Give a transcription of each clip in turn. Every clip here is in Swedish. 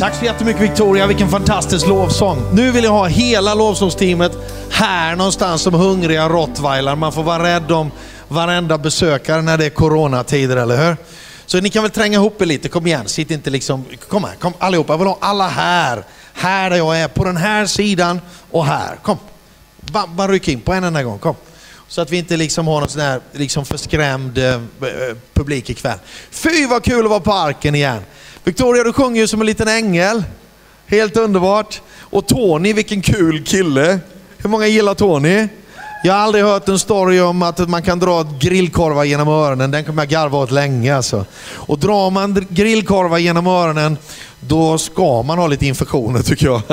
Tack så jättemycket Victoria, vilken fantastisk lovsång. Nu vill jag ha hela lovsångsteamet här någonstans som hungriga rottweiler. Man får vara rädd om varenda besökare när det är coronatider, eller hur? Så ni kan väl tränga ihop er lite, kom igen. Sitt inte liksom, kom här, kom allihopa. Jag vill ha alla här. Här där jag är, på den här sidan och här. Kom, bara ryck in på en enda gång, kom. Så att vi inte liksom har någon sån här liksom förskrämd publik ikväll. Fy vad kul att vara på Arken igen. Victoria, du sjunger ju som en liten ängel. Helt underbart. Och Tony, vilken kul kille. Hur många gillar Tony? Jag har aldrig hört en story om att man kan dra grillkorvar genom öronen. Den kommer jag garva åt länge alltså. Och drar man grillkorvar genom öronen, då ska man ha lite infektioner tycker jag.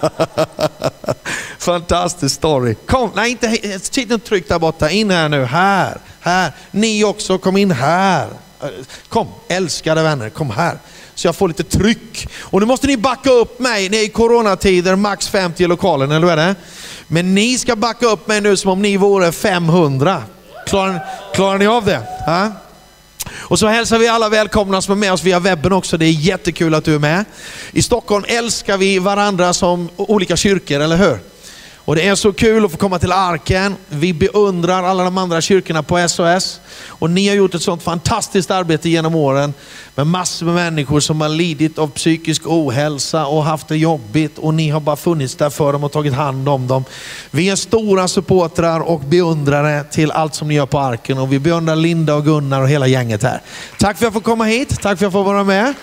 Fantastisk story. Kom, nej inte, sitt inte tryck där borta. In här nu, här. Ni också, kom in här. Kom, älskade vänner, kom här. Så jag får lite tryck. Och nu måste ni backa upp mig. Ni är i coronatider, max 50 i lokalen, eller vad är det? Men ni ska backa upp mig nu som om ni vore 500. Klarar ni av det? Ha? Och så hälsar vi alla välkomna som är med oss via webben också. Det är jättekul att du är med. I Stockholm älskar vi varandra som olika kyrkor, eller hur? Och det är så kul att få komma till Arken. Vi beundrar alla de andra kyrkorna på SOS. Och ni har gjort ett sånt fantastiskt arbete genom åren. Med massor med människor som har lidit av psykisk ohälsa och haft det jobbigt. Och ni har bara funnits där för dem och tagit hand om dem. Vi är stora supportrar och beundrare till allt som ni gör på Arken. Och vi beundrar Linda och Gunnar och hela gänget här. Tack för att jag får komma hit. Tack för att jag får vara med.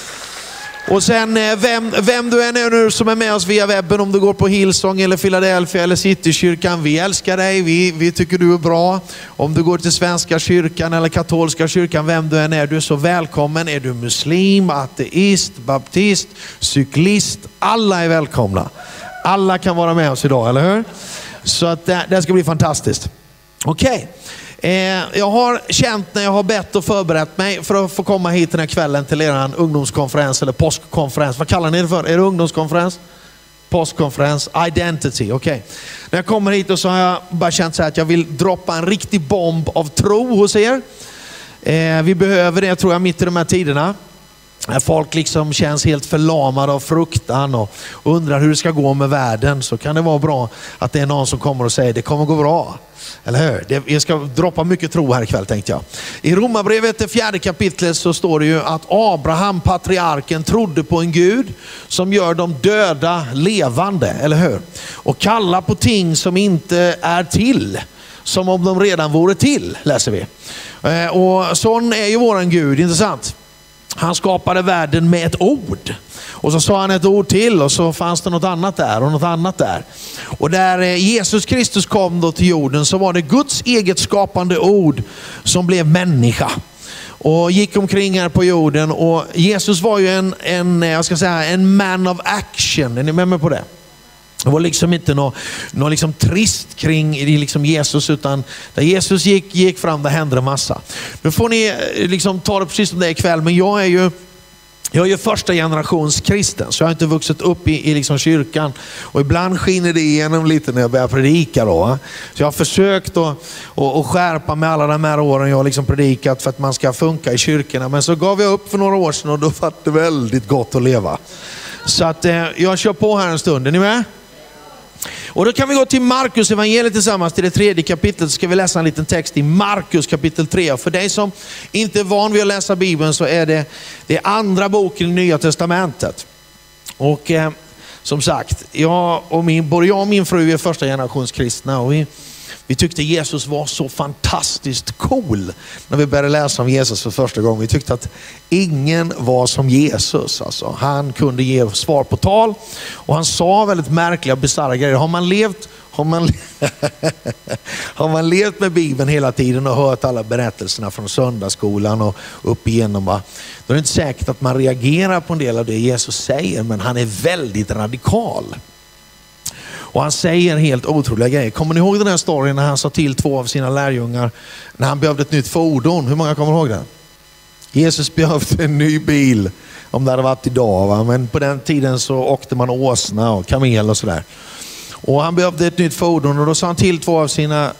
Och sen vem du är nu som är med oss via webben, om du går på Hillsong eller Philadelphia eller Citykyrkan, vi älskar dig, vi tycker du är bra. Om du går till Svenska kyrkan eller katolska kyrkan, vem du än är, du är så välkommen. Är du muslim, ateist, baptist, cyklist, alla är välkomna. Alla kan vara med oss idag, eller hur? Så att det ska bli fantastiskt. Okej. Jag har känt när jag har bett och förberett mig för att få komma hit den här kvällen till er ungdomskonferens eller påskkonferens. Vad kallar ni det för? Är det ungdomskonferens? Påskkonferens, identity, okej. När jag kommer hit och så har jag bara känt så här att jag vill droppa en riktig bomb av tro hos er. Vi behöver det tror jag mitt i de här tiderna. När folk liksom känns helt förlamade av fruktan och undrar hur det ska gå med världen, så kan det vara bra att det är någon som kommer och säger det kommer gå bra. Eller hur? Jag ska droppa mycket tro här ikväll tänkte jag. I Romarbrevet, det 4:e kapitlet, så står det ju att Abraham, patriarken, trodde på en Gud som gör de döda levande, eller hur? Och kallar på ting som inte är till, som om de redan vore till, läser vi. Och sån är ju våran Gud, inte sant? Han skapade världen med ett ord. Och så sa han ett ord till och så fanns det något annat där och något annat där. Och där Jesus Kristus kom då till jorden så var det Guds eget skapande ord som blev människa. Och gick omkring här på jorden. Och Jesus var ju en man of action. Är ni med mig på det? Det var liksom inte något liksom trist kring liksom Jesus, utan där Jesus gick fram, där hände en massa. Nu får ni liksom ta det precis som det är ikväll, men jag är ju första generations kristen, så jag har inte vuxit upp i liksom kyrkan. Och ibland skiner det igenom lite när jag börjar predika då. Så jag har försökt att skärpa med alla de här åren jag har liksom predikat för att man ska funka i kyrkorna. Men så gav jag upp för några år sedan och då var det väldigt gott att leva. Så att jag kör på här en stund, är ni med? Och då kan vi gå till Markus evangeliet tillsammans, till det 3:e kapitlet. Så ska vi läsa en liten text i Markus kapitel 3. Och för dig som inte är van vid att läsa Bibeln så är det andra boken i Nya testamentet. Och som sagt, både jag och min fru är första generations kristna. Och vi tyckte Jesus var så fantastiskt cool när vi började läsa om Jesus för första gången. Vi tyckte att ingen var som Jesus. Alltså, han kunde ge svar på tal och han sa väldigt märkliga och bisarra grejer. Har man levt med Bibeln hela tiden och hört alla berättelserna från söndagsskolan och upp igenom, då är det inte säkert att man reagerar på en del av det Jesus säger, men han är väldigt radikal. Och han säger helt otroliga grejer. Kommer ni ihåg den här storyn när han sa till 2 av sina lärjungar när han behövde ett nytt fordon? Hur många kommer ihåg det? Jesus behövde en ny bil, om det hade varit idag, va? Men på den tiden så åkte man åsna och kamel och sådär. Och han behövde ett nytt fordon och då sa han till 2 av sina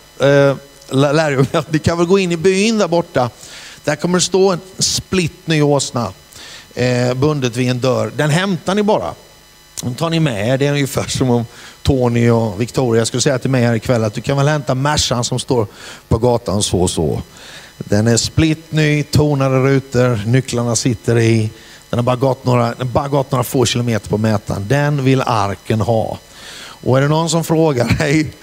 lärjungar: ni kan väl gå in i byn där borta. Där kommer det stå en splitt ny åsna. bundet vid en dörr. Den hämtar ni bara. Den tar ni med. Det är ungefär som om Tony och Victoria skulle säga till mig här ikväll att du kan väl hämta Mercan som står på gatan så och så. Den är splittny, tonade rutor, nycklarna sitter i. Den har bara gått några få kilometer på mätaren. Den vill arken ha. Och är det någon som frågar dig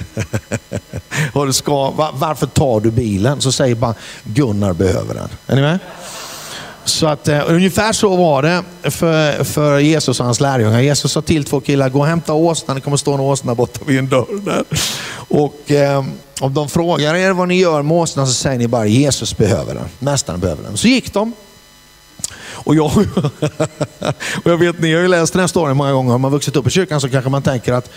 varför tar du bilen? Så säger bara Gunnar behöver den. Är ni med? Så att ungefär så var det för Jesus och hans lärjungar. Jesus sa till 2 killar, gå och hämta åsnan. Det kommer stå en åsna borta vid en dörr där. Och om de frågar er vad ni gör med åsnan så säger ni bara Jesus behöver den. Mästaren behöver den. Så gick de. Och jag vet, ni har ju läst den här storyn många gånger. Om man vuxit upp i kyrkan så kanske man tänker att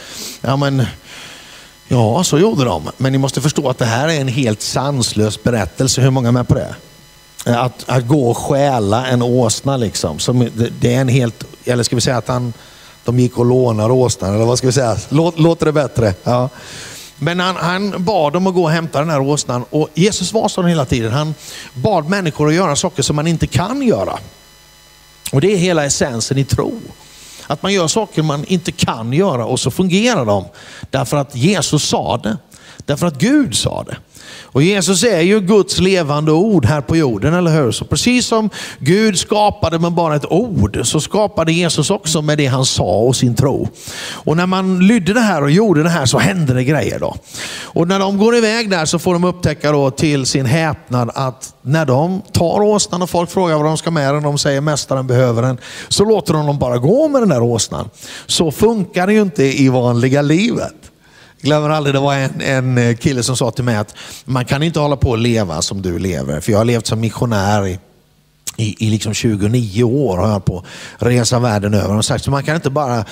ja, så gjorde de. Men ni måste förstå att det här är en helt sanslös berättelse. Hur många är med på det? Att gå och stjäla en åsna liksom. Det är en helt, eller ska vi säga att de gick och lånade åsnan, eller vad ska vi säga? Låter det bättre? Ja. Men han bad dem att gå och hämta den här åsnan. Och Jesus var sån hela tiden. Han bad människor att göra saker som man inte kan göra. Och det är hela essensen i tro. Att man gör saker man inte kan göra och så fungerar de. Därför att Jesus sa det. Därför att Gud sa det. Och Jesus är ju Guds levande ord här på jorden, eller hur? Så precis som Gud skapade med bara ett ord så skapade Jesus också med det han sa och sin tro. Och när man lydde det här och gjorde det här så hände det grejer då. Och när de går iväg där så får de upptäcka då till sin häpnad att när de tar åsnan och folk frågar vad de ska med den, de säger mästaren behöver den, så låter de bara gå med den där åsnan. Så funkar det ju inte i vanliga livet. Glömmer aldrig, det var en kille som sa till mig att man kan inte hålla på och leva som du lever. För jag har levt som missionär i liksom 29 år och har på att resa världen över. Och sagt, så man kan inte bara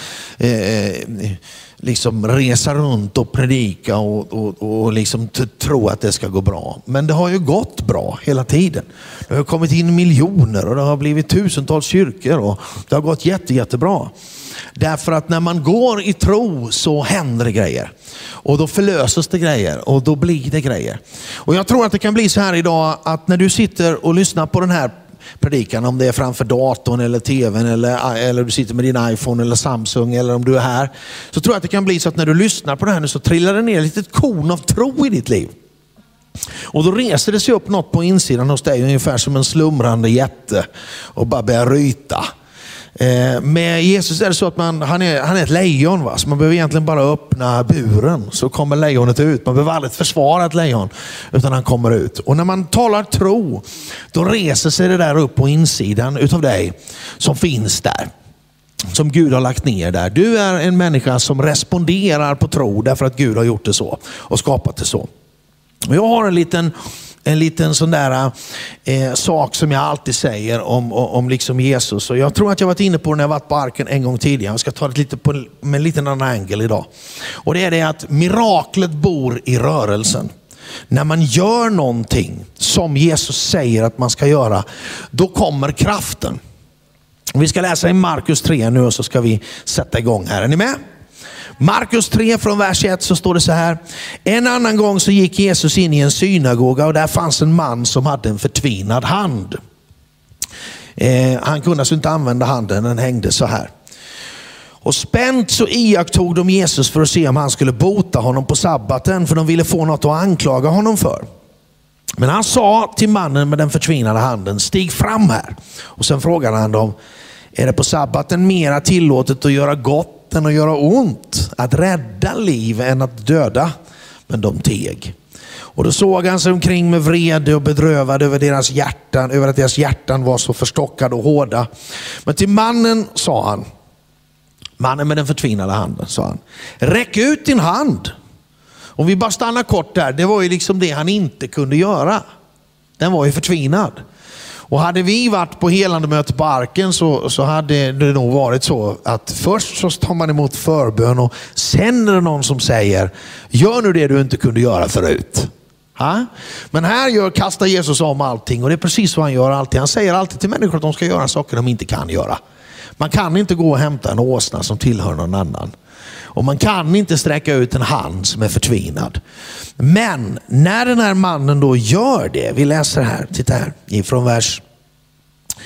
liksom resa runt och predika och liksom tro att det ska gå bra. Men det har ju gått bra hela tiden. Det har kommit in miljoner och det har blivit tusentals kyrkor och det har gått jättebra. Därför att när man går i tro så händer det grejer. Och då förlöses det grejer och då blir det grejer. Och jag tror att det kan bli så här idag att när du sitter och lyssnar på den här predikan, om det är framför datorn eller tvn eller du sitter med din iPhone eller Samsung eller om du är här, så tror jag att det kan bli så att när du lyssnar på det här nu så trillar det ner ett litet korn av tro i ditt liv. Och då reser det sig upp något på insidan hos dig ungefär som en slumrande jätte och bara börjar ryta. Med Jesus är det så att han är ett lejon, va? Så man behöver egentligen bara öppna buren så kommer lejonet ut. Man behöver aldrig försvara ett lejon utan han kommer ut. Och när man talar tro då reser sig det där upp på insidan utav dig som finns där. Som Gud har lagt ner där. Du är en människa som responderar på tro därför att Gud har gjort det så och skapat det så. Och jag har en liten sån där sak som jag alltid säger om liksom Jesus. Och jag tror att jag varit inne på när jag varit på arken en gång tidigare. Jag ska ta det lite med en liten annan angel idag. Och det är det att miraklet bor i rörelsen. När man gör någonting som Jesus säger att man ska göra, då kommer kraften. Vi ska läsa i Markus 3 nu och så ska vi sätta igång här. Är ni med? Markus 3 från vers 1 så står det så här. En annan gång så gick Jesus in i en synagoga och där fanns en man som hade en förtvinad hand. Han kunde alltså inte använda handen, den hängde så här. Och spänt så iakttog de Jesus för att se om han skulle bota honom på sabbaten, för de ville få något att anklaga honom för. Men han sa till mannen med den förtvinade handen, stig fram här. Och sen frågade han dem, är det på sabbaten mera tillåtet att göra gott än att göra ont, att rädda liv än att döda? Men de teg. Och då såg han sig omkring med vrede och bedrövad över att deras hjärtan var så förstockade och hårda. Men till mannen sa han, mannen med den förtvinade handen, sa han, räck ut din hand. Och vi bara stannar kort där, det var ju liksom det han inte kunde göra. Den var ju förtvinad. Och hade vi varit på helande möte på arken så hade det nog varit så att först så tar man emot förbön och sen är det någon som säger, gör nu det du inte kunde göra förut. Ha? Men här kastar Jesus om allting och det är precis vad han gör alltid. Han säger alltid till människor att de ska göra saker de inte kan göra. Man kan inte gå och hämta en åsna som tillhör någon annan. Och man kan inte sträcka ut en hand som är förtvinad. Men när den här mannen då gör det, vi läser här, titta här, från vers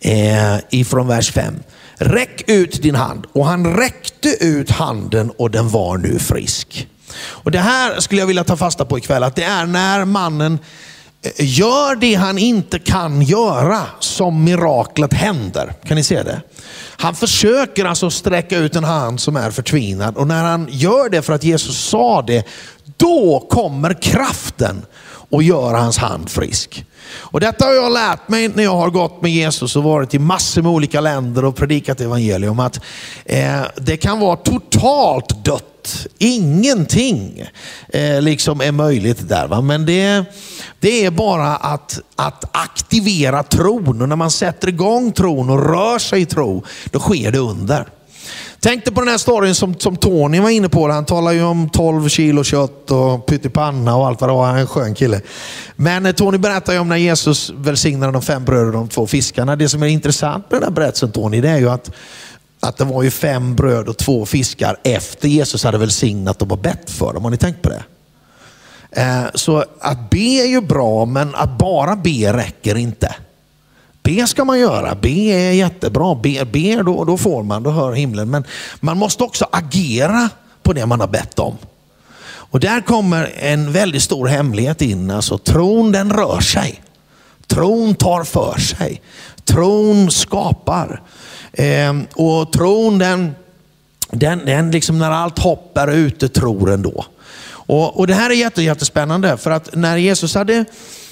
ifrån vers 5. Räck ut din hand. Och han räckte ut handen och den var nu frisk. Och det här skulle jag vilja ta fasta på ikväll. Att det är när mannen gör det han inte kan göra som miraklet händer. Kan ni se det? Han försöker alltså sträcka ut en hand som är förtvinad. Och när han gör det för att Jesus sa det, då kommer kraften och gör hans hand frisk. Och detta har jag lärt mig när jag har gått med Jesus och varit i massor med olika länder och predikat evangelium. Att det kan vara totalt dött. Ingenting liksom är möjligt där. Va? Men det är bara att aktivera tron. Och när man sätter igång tron och rör sig i tro, då sker det under. Tänk dig på den här storyn som Tony var inne på. Han talar ju om 12 kilo kött och pyttipanna och allt vad det var. Han är en skön kille. Men Tony berättar ju om när Jesus välsignade de 5 bröd och de 2 fiskarna. Det som är intressant med den här berättelsen, Tony, det är ju att det var ju 5 bröd och 2 fiskar efter Jesus hade välsignat dem och bett för dem. Har ni tänkt på det? Så att be är ju bra, men att bara be räcker inte. Be ska man göra. Be är jättebra. Be då får man, då hör himlen. Men man måste också agera på det man har bett om. Och där kommer en väldigt stor hemlighet in. Alltså tron, den rör sig. Tron tar för sig. Tron skapar. Och tron, den liksom när allt hopp är ute, tror ändå. Och det här är jättespännande. För att när Jesus hade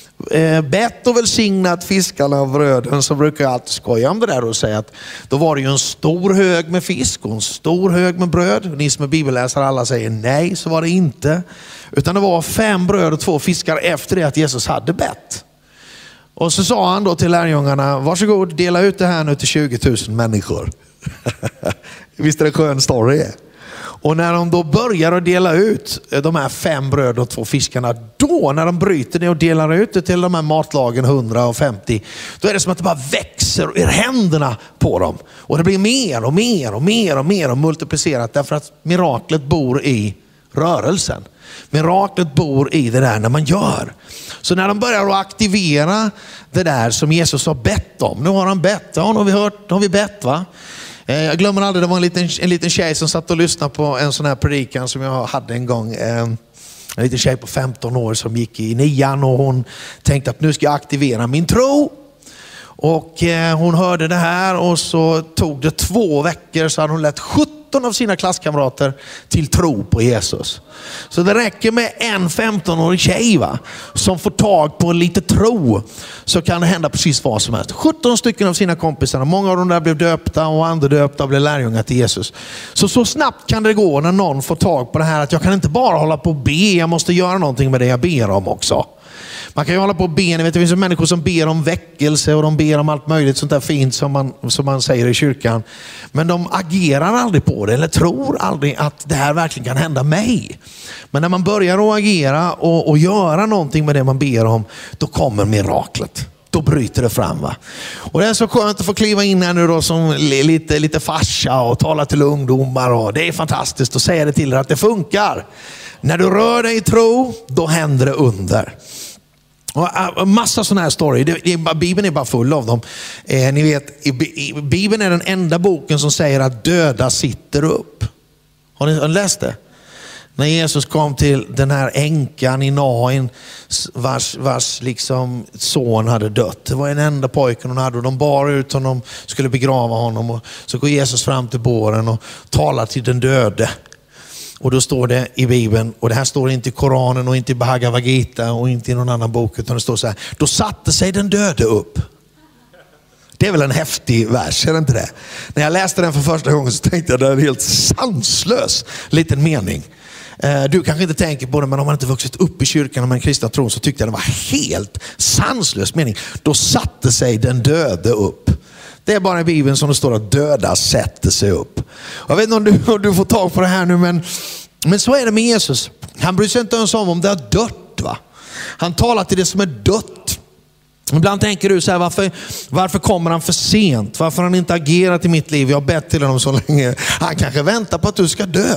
bett och välsignat fiskarna och bröden, så brukar jag alltid skoja om det där och säga att då var det ju en stor hög med fisk och en stor hög med bröd. Ni som är bibelläsare alla säger nej, så var det inte. Utan det var 5 bröd och 2 fiskar efter det att Jesus hade bett. Och så sa han då till lärjungarna, varsågod, dela ut det här nu till 20 000 människor. Visst är det en skön story? Och när de då börjar att dela ut de här 5 bröd och 2 fiskarna, då när de bryter det och delar ut det till de här matlagen 150, då är det som att det bara växer ur händerna på dem. Och det blir mer och mer och mer och mer och multiplicerat, därför att miraklet bor i rörelsen. Miraklet bor i det där när man gör. Så när de börjar att aktivera det där som Jesus har bett om. Nu har han bett, ja, nu har vi hört, nu har vi bett, va? Jag glömmer aldrig, det var en liten tjej som satt och lyssnade på en sån här predikan som jag hade en gång. En liten tjej på 15 år som gick i 9:an och hon tänkte att nu ska jag aktivera min tro. Och hon hörde det här och så tog det 2 veckor så hade hon lett 17 av sina klasskamrater till tro på Jesus. Så det räcker med en 15-årig tjej, va, som får tag på lite tro, så kan det hända precis vad som helst. 17 stycken av sina kompisar, många av dem där blev döpta och andra döpta blev lärjungar till Jesus. Så snabbt kan det gå när någon får tag på det här att jag kan inte bara hålla på och be, jag måste göra någonting med det jag ber om också. Man kan ju hålla på och be, det finns ju människor som ber om väckelse och de ber om allt möjligt sånt där fint som man säger i kyrkan. Men de agerar aldrig på det eller tror aldrig att det här verkligen kan hända mig. Men när man börjar att agera och göra någonting med det man ber om, då kommer miraklet. Då bryter det fram, va? Och det är så skönt att få kliva in här nu då som lite farsa och tala till ungdomar. Och det är fantastiskt att säga det till er att det funkar. När du rör dig i tro, då händer det under. Och massa sådana här story. Bibeln är bara full av dem. Ni vet, Bibeln är den enda boken som säger att döda sitter upp. Har ni läst det? När Jesus kom till den här änkan i Nain, vars liksom son hade dött. Det var en enda pojken hon hade och de bar ut honom, skulle begrava honom. Och så går Jesus fram till båren och talar till den döde. Och då står det i Bibeln, och det här står inte i Koranen och inte i Bhagavad Gita och inte i någon annan bok, utan det står så här: då satte sig den döde upp. Det är väl en häftig vers, är det inte det? När jag läste den för första gången så tänkte jag, det är en helt sanslös liten mening. Du kanske inte tänker på det, men om man inte vuxit upp i kyrkan och med en kristna tron så tyckte jag det var helt sanslös mening. Då satte sig den döde upp. Det är bara i Bibeln som det står att döda sätter sig upp. Jag vet inte om du får tag på det här nu, men så är det med Jesus. Han bryr sig inte ens om det har dött, va? Han talar till det som är dött. Ibland tänker du så här, varför kommer han för sent? Varför har han inte agerat i mitt liv? Jag har bett till honom så länge. Han kanske väntar på att du ska dö.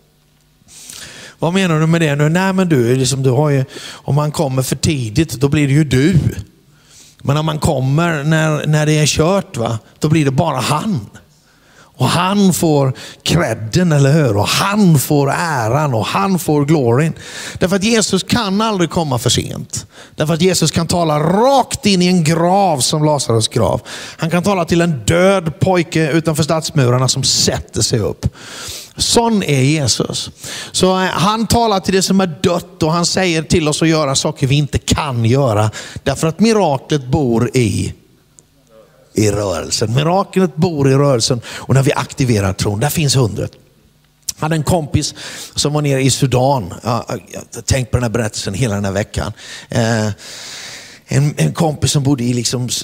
Vad menar du med det nu? Nej, men du har ju, om han kommer för tidigt, då blir det ju du. Men när man kommer, när det är kört, då blir det bara han. Och han får credden, eller hur? Och han får äran och han får gloryn. Därför att Jesus kan aldrig komma för sent. Därför att Jesus kan tala rakt in i en grav som Lazarus grav. Han kan tala till en död pojke utanför stadsmurarna som sätter sig upp. Sån är Jesus. Så han talar till det som är dött och han säger till oss att göra saker vi inte kan göra. Därför att miraklet bor i rörelsen. Miraklet bor i rörelsen och när vi aktiverar tron, där finns undret. Jag hade en kompis som var nere i Sudan. Jag har tänkt på den här berättelsen hela den här veckan. En kompis som bodde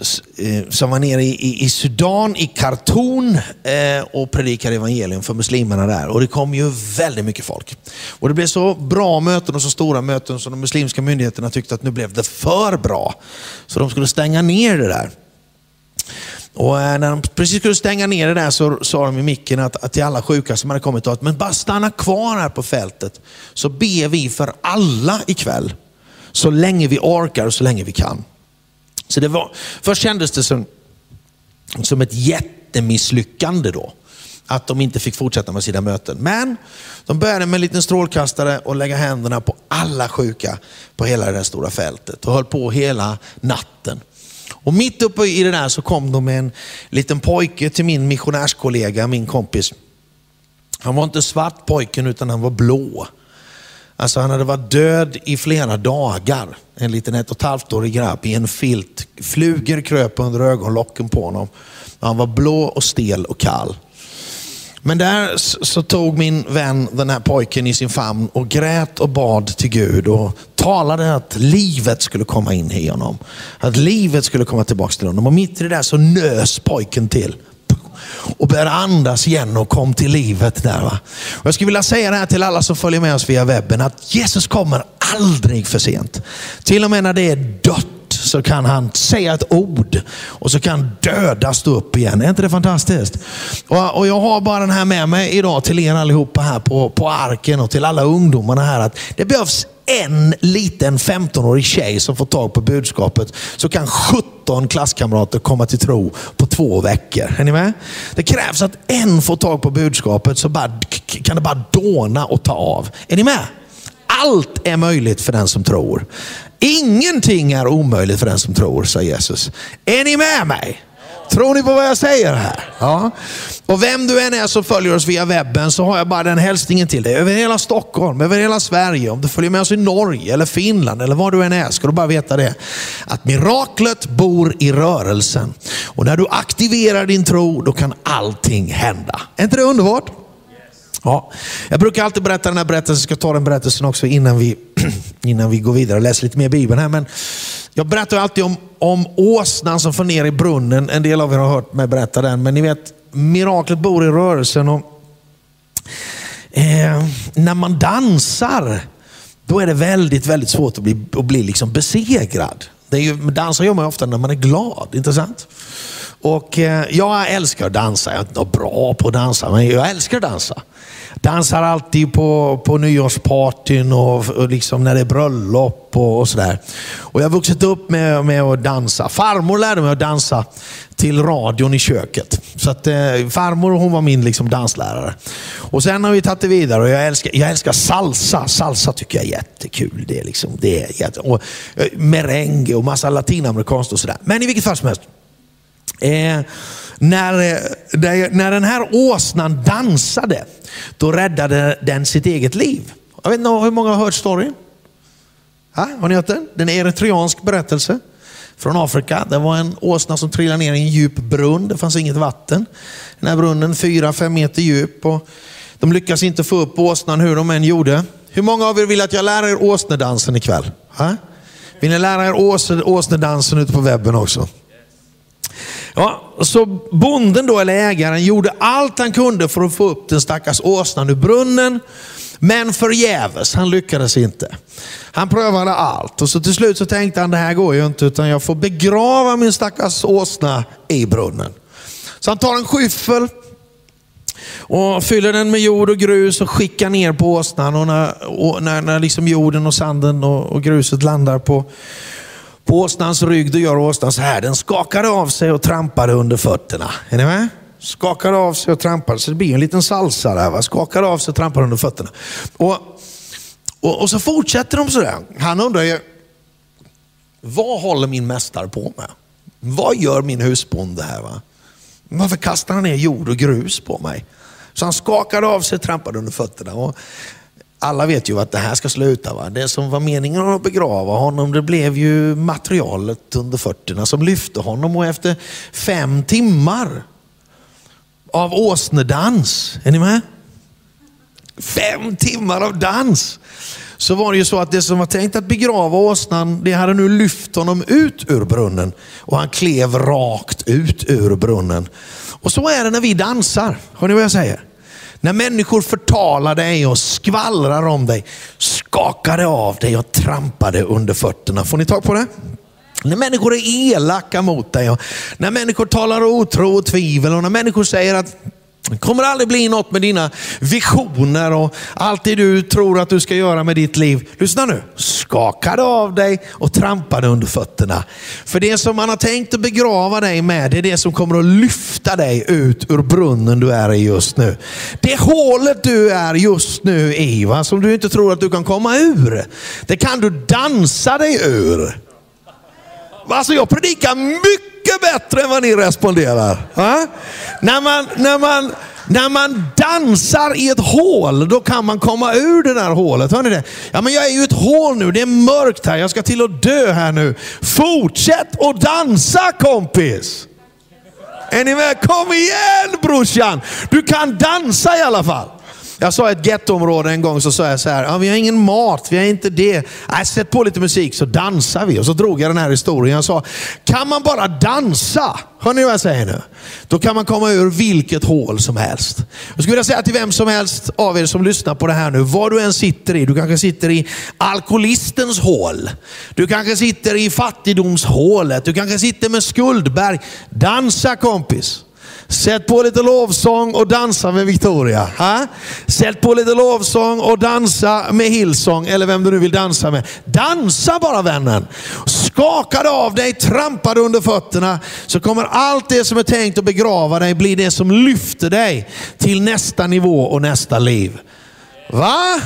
som var nere i Sudan, i Khartoum och predikade evangelium för muslimerna där. Och det kom ju väldigt mycket folk. Och det blev så bra möten och så stora möten så de muslimska myndigheterna tyckte att nu blev det för bra. Så de skulle stänga ner det där. Och när de precis skulle stänga ner det där så sa de i micken att till alla sjuka som hade kommit att men bara stanna kvar här på fältet så ber vi för alla ikväll. Så länge vi orkar och så länge vi kan. Så först kändes det som ett jättemisslyckande då. Att de inte fick fortsätta med sina möten. Men de började med en liten strålkastare och lägga händerna på alla sjuka på hela det där stora fältet. Och höll på hela natten. Och mitt uppe i det där så kom de med en liten pojke till min missionärskollega, min kompis. Han var inte svart pojken utan han var blå. Alltså han hade varit död i flera dagar. En liten 1,5-årig grabb i en filt. Flugor kröp under ögonlocken på honom. Han var blå och stel och kall. Men där så tog min vän den här pojken i sin famn och grät och bad till Gud och talade att livet skulle komma in i honom. Att livet skulle komma tillbaka till honom. Och mitt i det där så nös pojken till. Och började andas igen och kom till livet där. Va? Och jag skulle vilja säga det här till alla som följer med oss via webben. Att Jesus kommer aldrig för sent. Till och med när det är dött så kan han säga ett ord. Och så kan döda stå upp igen. Är inte det fantastiskt? Och jag har bara den här med mig idag till er allihopa här på arken. Och till alla ungdomarna här. Att det behövs en liten 15-årig tjej som får tag på budskapet så kan 17 klasskamrater komma till tro på 2 veckor. Är ni med? Det krävs att en får tag på budskapet så kan det bara dåna och ta av. Är ni med? Allt är möjligt för den som tror. Ingenting är omöjligt för den som tror, sa Jesus. Är ni med mig? Tror ni på vad jag säger här? Ja. Och vem du än är som följer oss via webben så har jag bara den hälsningen till dig. Över hela Stockholm, över hela Sverige. Om du följer med oss i Norge eller Finland eller var du än är ska du bara veta det. Att miraklet bor i rörelsen. Och när du aktiverar din tro då kan allting hända. Är inte det underbart? Ja, jag brukar alltid berätta den här berättelsen. Jag ska ta den berättelsen också innan vi går vidare och läser lite mer Bibeln här. Men jag berättar alltid om åsnan som får ner i brunnen. En del av er har hört mig berätta den. Men ni vet, miraklet bor i rörelsen. Och, när man dansar, då är det väldigt, väldigt svårt att bli liksom besegrad. Dansar gör man ofta när man är glad, inte sant? Och jag älskar att dansa. Jag är inte bra på att dansa, men jag älskar att dansa. Dansar alltid på nyårspartyn och liksom när det är bröllop och sådär. Och jag har vuxit upp med att dansa. Farmor lärde mig att dansa till radion i köket. Så att farmor hon var min liksom danslärare. Och sen har vi tagit det vidare och jag älskar salsa. Salsa tycker jag är jättekul. Det är liksom och merengue och massa latinamerikanskt och sådär. Men i vilket fall som helst. När den här åsnan dansade, då räddade den sitt eget liv. Jag vet inte hur många har hört storyn? Har ni hört den? Den är eritreansk berättelse från Afrika. Det var en åsna som trillade ner i en djup brunn. Det fanns inget vatten. Den här brunnen 4-5 meter djup. Och de lyckas inte få upp åsnan hur de än gjorde. Hur många av er vill att jag lär er åsnedansen ikväll? Vill ni lära er åsnedansen ute på webben också? Ja, så bonden då, eller ägaren, gjorde allt han kunde för att få upp den stackars åsnan ur brunnen. Men förgäves, han lyckades inte. Han prövade allt och så till slut så tänkte han, det här går ju inte utan jag får begrava min stackars åsna i brunnen. Så han tar en skyffel och fyller den med jord och grus och skickar ner på åsnan. Och när liksom jorden och sanden och gruset landar På åsnans rygg då gör åsnans här. Den skakade av sig och trampade under fötterna. Är ni med? Skakade av sig och trampade. Så det blir en liten salsa där. Va? Skakade av sig och trampade under fötterna. Och så fortsätter de sådär. Han undrar ju, vad håller min mästare på med? Vad gör min husbonde här? Va? Varför kastar han ner jord och grus på mig? Så han skakade av sig och trampade under fötterna. Och alla vet ju att det här ska sluta. Va? Det som var meningen att begrava honom, det blev ju materialet under fötterna som lyfte honom. Och efter 5 timmar av åsnedans, är ni med? 5 timmar av dans. Så var det ju så att det som var tänkt att begrava åsnan, det hade nu lyft honom ut ur brunnen. Och han klev rakt ut ur brunnen. Och så är det när vi dansar. Hör ni vad jag säger? När människor förtalar dig och skvallrar om dig, skakade av dig och trampade under fötterna. Får ni tag på det? När människor är elaka mot dig och när människor talar otro och tvivel och när människor säger att det kommer aldrig bli något med dina visioner och allt det du tror att du ska göra med ditt liv. Lyssna nu. Skakade av dig och trampade under fötterna. För det som man har tänkt att begrava dig med, det är det som kommer att lyfta dig ut ur brunnen du är i just nu. Det hålet du är just nu i, va, som du inte tror att du kan komma ur. Det kan du dansa dig ur. Alltså jag predikar mycket bättre än vad ni responderar. Va? När man dansar i ett hål, då kan man komma ur det där hålet. Hör ni det? Ja, men jag är ju ett hål nu, det är mörkt här, jag ska till att dö här nu. Fortsätt att dansa, kompis. Är ni med? Kom igen, brorsan. Du kan dansa i alla fall. Jag sa i ett gettoområde en gång, så sa jag så här: ja, vi har ingen mat, vi har inte det. Nej, sätt på lite musik så dansar vi. Och så drog jag den här historien. Jag sa, kan man bara dansa? Hör ni vad jag säger nu? Då kan man komma ur vilket hål som helst. Jag skulle vilja säga till vem som helst av er som lyssnar på det här nu, var du än sitter i. Du kanske sitter i alkoholistens hål. Du kanske sitter i fattigdomshålet. Du kanske sitter med skuldberg. Dansa, kompis. Sätt på lite lovsång och dansa med Victoria. Ha? Sätt på lite lovsång och dansa med Hillsong eller vem du nu vill dansa med. Dansa bara, vännen. Skakade av dig, trampade under fötterna, så kommer allt det som är tänkt att begrava dig bli det som lyfter dig till nästa nivå och nästa liv. Va?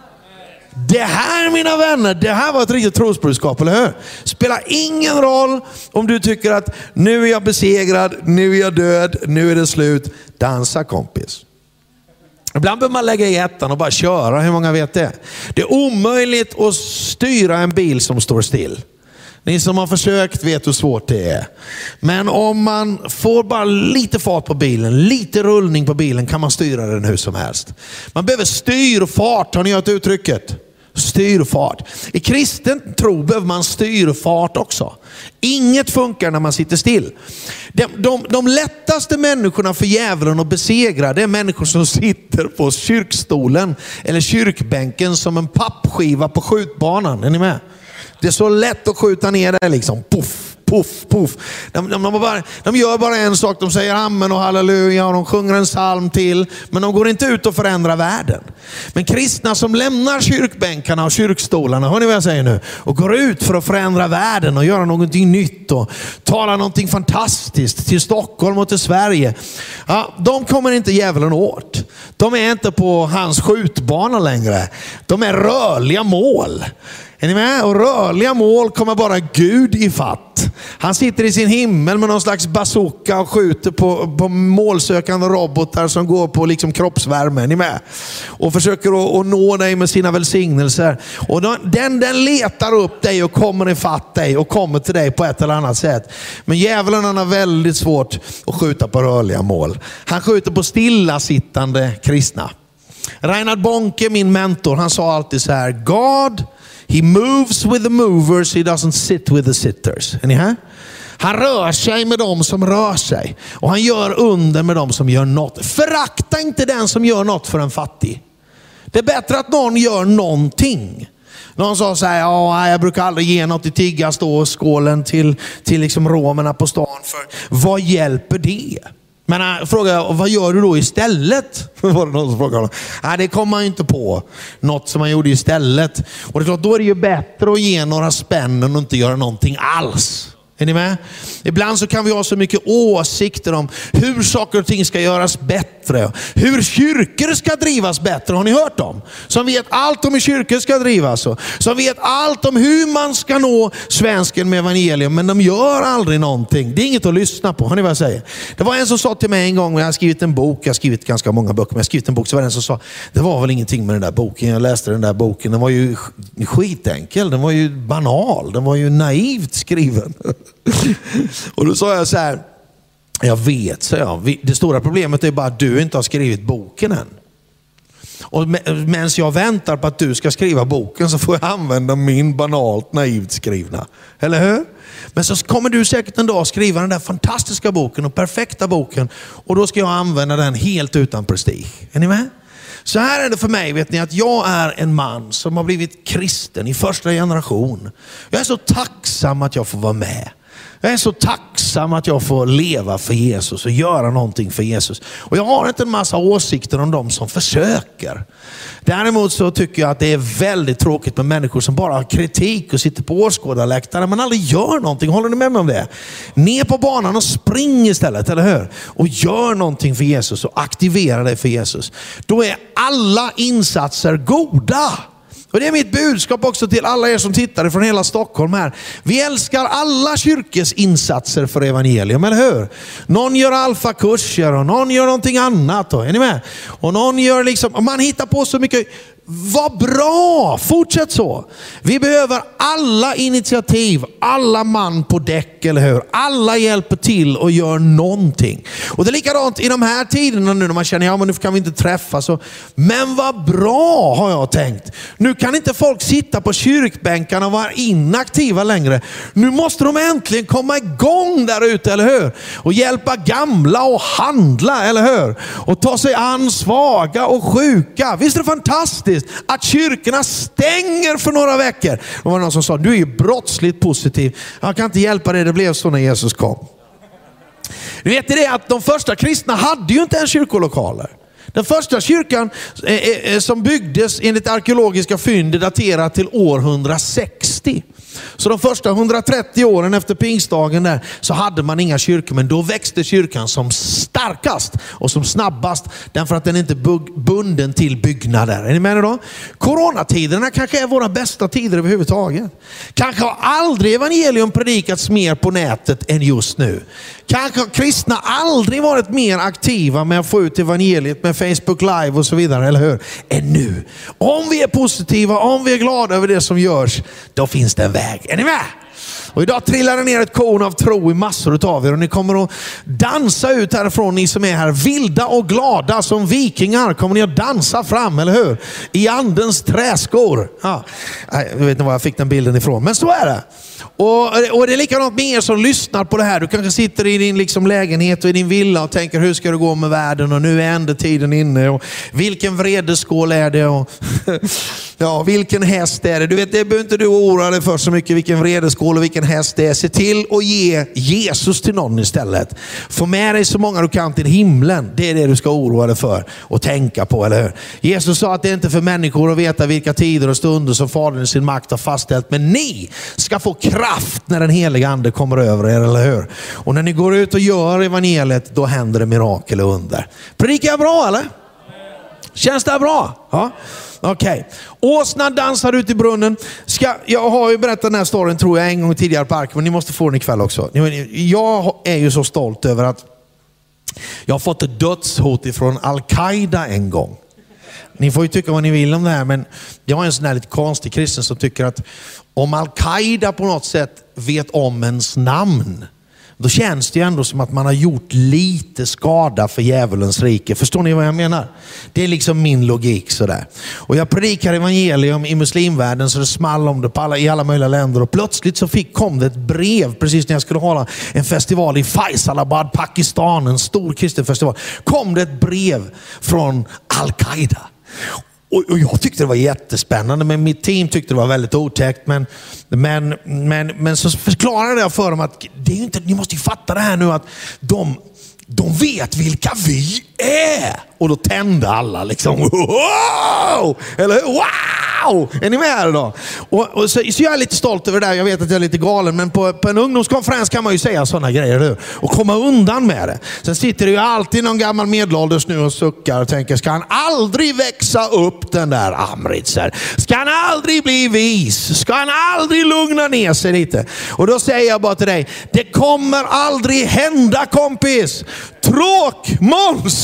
Det här, mina vänner, det här var ett riktigt trosbudskap, eller hur? Spelar ingen roll om du tycker att nu är jag besegrad, nu är jag död, nu är det slut. Dansa, kompis. Ibland behöver man lägga i ettan och bara köra. Hur många vet det? Det är omöjligt att styra en bil som står still. Ni som har försökt vet hur svårt det är. Men om man får bara lite fart på bilen, lite rullning på bilen, kan man styra den hur som helst. Man behöver styrfart, har ni hört uttrycket? Styrfart. I kristen tro behöver man styrfart också. Inget funkar när man sitter still. De lättaste människorna för djävulen att besegra, det är människor som sitter på kyrkstolen eller kyrkbänken som en pappskiva på skjutbanan. Är ni med? Det är så lätt att skjuta ner det liksom. Puff, puff, puff. De gör bara en sak. De säger amen och halleluja och de sjunger en psalm till. Men de går inte ut och förändrar världen. Men kristna som lämnar kyrkbänkarna och kyrkstolarna, hör ni vad jag säger nu? Och går ut för att förändra världen och göra någonting nytt och tala någonting fantastiskt till Stockholm och till Sverige. Ja, de kommer inte djävulen åt. De är inte på hans skjutbana längre. De är rörliga mål. Är ni med? Och rörliga mål kommer bara Gud i fatt. Han sitter i sin himmel med någon slags bazooka och skjuter på målsökande robotar som går på liksom kroppsvärme. Är ni med? Och försöker att nå dig med sina välsignelser. Och den letar upp dig och kommer i fatt dig och kommer till dig på ett eller annat sätt. Men djävulen, han har väldigt svårt att skjuta på rörliga mål. Han skjuter på stillasittande kristna. Reinhard Bonke, min mentor, han sa alltid så här: God, he moves with the movers, he doesn't sit with the sitters. Är ni här? Han rör sig med dem som rör sig. Och han gör under med dem som gör något. Förakta inte den som gör något för en fattig. Det är bättre att någon gör någonting. Någon sa så här: ja, jag brukar aldrig ge något i tiggas då, skålen till liksom romerna på stan. För vad hjälper det? Men frågar jag, vad gör du då istället? Var det någon som frågade honom? Nej, det kommer man inte på. Något som man gjorde istället. Och det är klart, då är det ju bättre att ge några spänn än att inte göra någonting alls. Är ni med? Ibland så kan vi ha så mycket åsikter om hur saker och ting ska göras bättre. Hur kyrkor ska drivas bättre. Har ni hört dem? Som vet allt om hur kyrkor ska drivas. Som vet allt om hur man ska nå svensken med evangelium. Men de gör aldrig någonting. Det är inget att lyssna på. Har ni vad jag säger? Det var en som sa till mig en gång när jag har skrivit en bok. Jag har skrivit ganska många böcker. Men jag har skrivit en bok, så var det en som sa, det var väl ingenting med den där boken. Jag läste den där boken. Den var ju skitenkel. Den var ju banal. Den var ju naivt skriven. Och då sa jag så här, jag vet, så jag. Det stora problemet är bara att du inte har skrivit boken än. Och medan jag väntar på att du ska skriva boken så får jag använda min banalt naivt skrivna. Eller hur? Men så kommer du säkert en dag skriva den där fantastiska boken och perfekta boken. Och då ska jag använda den helt utan prestige. Är ni med? Så här är det för mig, vet ni, att jag är en man som har blivit kristen i första generation. Jag är så tacksam att jag får vara med. Jag är så tacksam att jag får leva för Jesus och göra någonting för Jesus. Och jag har inte en massa åsikter om dem som försöker. Däremot så tycker jag att det är väldigt tråkigt med människor som bara har kritik och sitter på åskådarläktaren men aldrig gör någonting. Håller ni med mig om det? Ner på banan och spring istället, eller hur? Och gör någonting för Jesus och aktivera dig för Jesus. Då är alla insatser goda. Och det är mitt budskap också till alla er som tittar från hela Stockholm här. Vi älskar alla kyrkes insatser för evangelium, eller hur? Någon gör alfakurser och någon gör någonting annat. Är ni med? Och någon gör liksom, och man hittar på så mycket. Vad bra! Fortsätt så. Vi behöver alla initiativ, alla man på däck, eller hur? Alla hjälper till och gör någonting. Och det är likadant i de här tiderna nu när man känner, ja men nu kan vi inte träffas. Men vad bra, har jag tänkt. Nu kan inte folk sitta på kyrkbänkarna och vara inaktiva längre. Nu måste de äntligen komma igång där ute, eller hur? Och hjälpa gamla och handla, eller hur? Och ta sig an svaga och sjuka. Visst är det fantastiskt att kyrkorna stänger för några veckor? Det var någon som sa, du är ju brottsligt positiv. Jag kan inte hjälpa dig, det blev så när Jesus kom. Du vet det att de första kristna hade ju inte ens kyrkolokaler. Den första kyrkan som byggdes enligt arkeologiska fynd daterat till år 160. Så de första 130 åren efter pingstdagen där så hade man inga kyrkor, men då växte kyrkan som starkast och som snabbast därför att den inte är bunden till byggnader. Är ni med då? Coronatiderna kanske är våra bästa tider överhuvudtaget. Kanske har aldrig evangelium predikats mer på nätet än just nu. Kanske har kristna aldrig varit mer aktiva med att få ut evangeliet med Facebook Live och så vidare, eller hur? Än nu. Om vi är positiva, om vi är glada över det som görs, då finns det en väg. Är ni med? Och idag trillar det ner ett korn av tro i massor av er och ni kommer att dansa ut härifrån, ni som är här vilda och glada som vikingar kommer ni att dansa fram, eller hur? I andens träskor. Ja. Jag vet inte var jag fick den bilden ifrån, men så är det. Och det är likadant med er som lyssnar på det här. Du kanske sitter i din liksom lägenhet och i din villa och tänker, hur ska det gå med världen? Och nu är ändetiden inne. Och vilken vredeskål är det? Och ja, vilken häst är det? Du vet, det behöver inte du oroa dig för så mycket, vilken vredeskål och vilken häst det är. Se till att ge Jesus till någon istället. Få med dig så många du kan till himlen. Det är det du ska oroa dig för och tänka på, eller hur? Jesus sa att det är inte för människor att veta vilka tider och stunder som Fadern i sin makt har fastställt. Men ni ska få kraft när den heliga ande kommer över er, eller hur? Och när ni går ut och gör evangeliet, då händer det mirakel och under. Predikar jag bra, eller? Känns det bra? Ja. Okej. Åsnan dansar ut i brunnen. Jag har ju berättat den här storyn, tror jag, en gång tidigare på Ark, men ni måste få den ikväll också. Jag är ju så stolt över att jag har fått ett dödshot ifrån Al-Qaida en gång. Ni får ju tycka vad ni vill om det här, men jag är en sån här lite konstig kristen som tycker att om Al-Qaida på något sätt vet om ens namn, då känns det ju ändå som att man har gjort lite skada för djävulens rike. Förstår ni vad jag menar? Det är liksom min logik sådär. Och jag predikar evangelium i muslimvärlden så det small om det i alla möjliga länder. Och plötsligt så kom det ett brev precis när jag skulle hålla en festival i Faisalabad, Pakistan, en stor kristen festival. Kom det ett brev från Al-Qaida. Och jag tyckte det var jättespännande, men mitt team tyckte det var väldigt otäckt. Men så förklarade jag för dem att det är inte, ni måste ju fatta det här nu, att de vet vilka vi är. Och då tände alla liksom. Wow! Eller hur? Wow! Är ni med här idag? Så jag är lite stolt över det där. Jag vet att jag är lite galen, men på en ungdomskonferens kan man ju säga sådana grejer. Och komma undan med det. Sen sitter det ju alltid någon gammal medelålders nu och suckar och tänker, ska han aldrig växa upp, den där Amritzer? Ska han aldrig bli vis? Ska han aldrig lugna ner sig lite? Och då säger jag bara till dig, det kommer aldrig hända, kompis. Måns!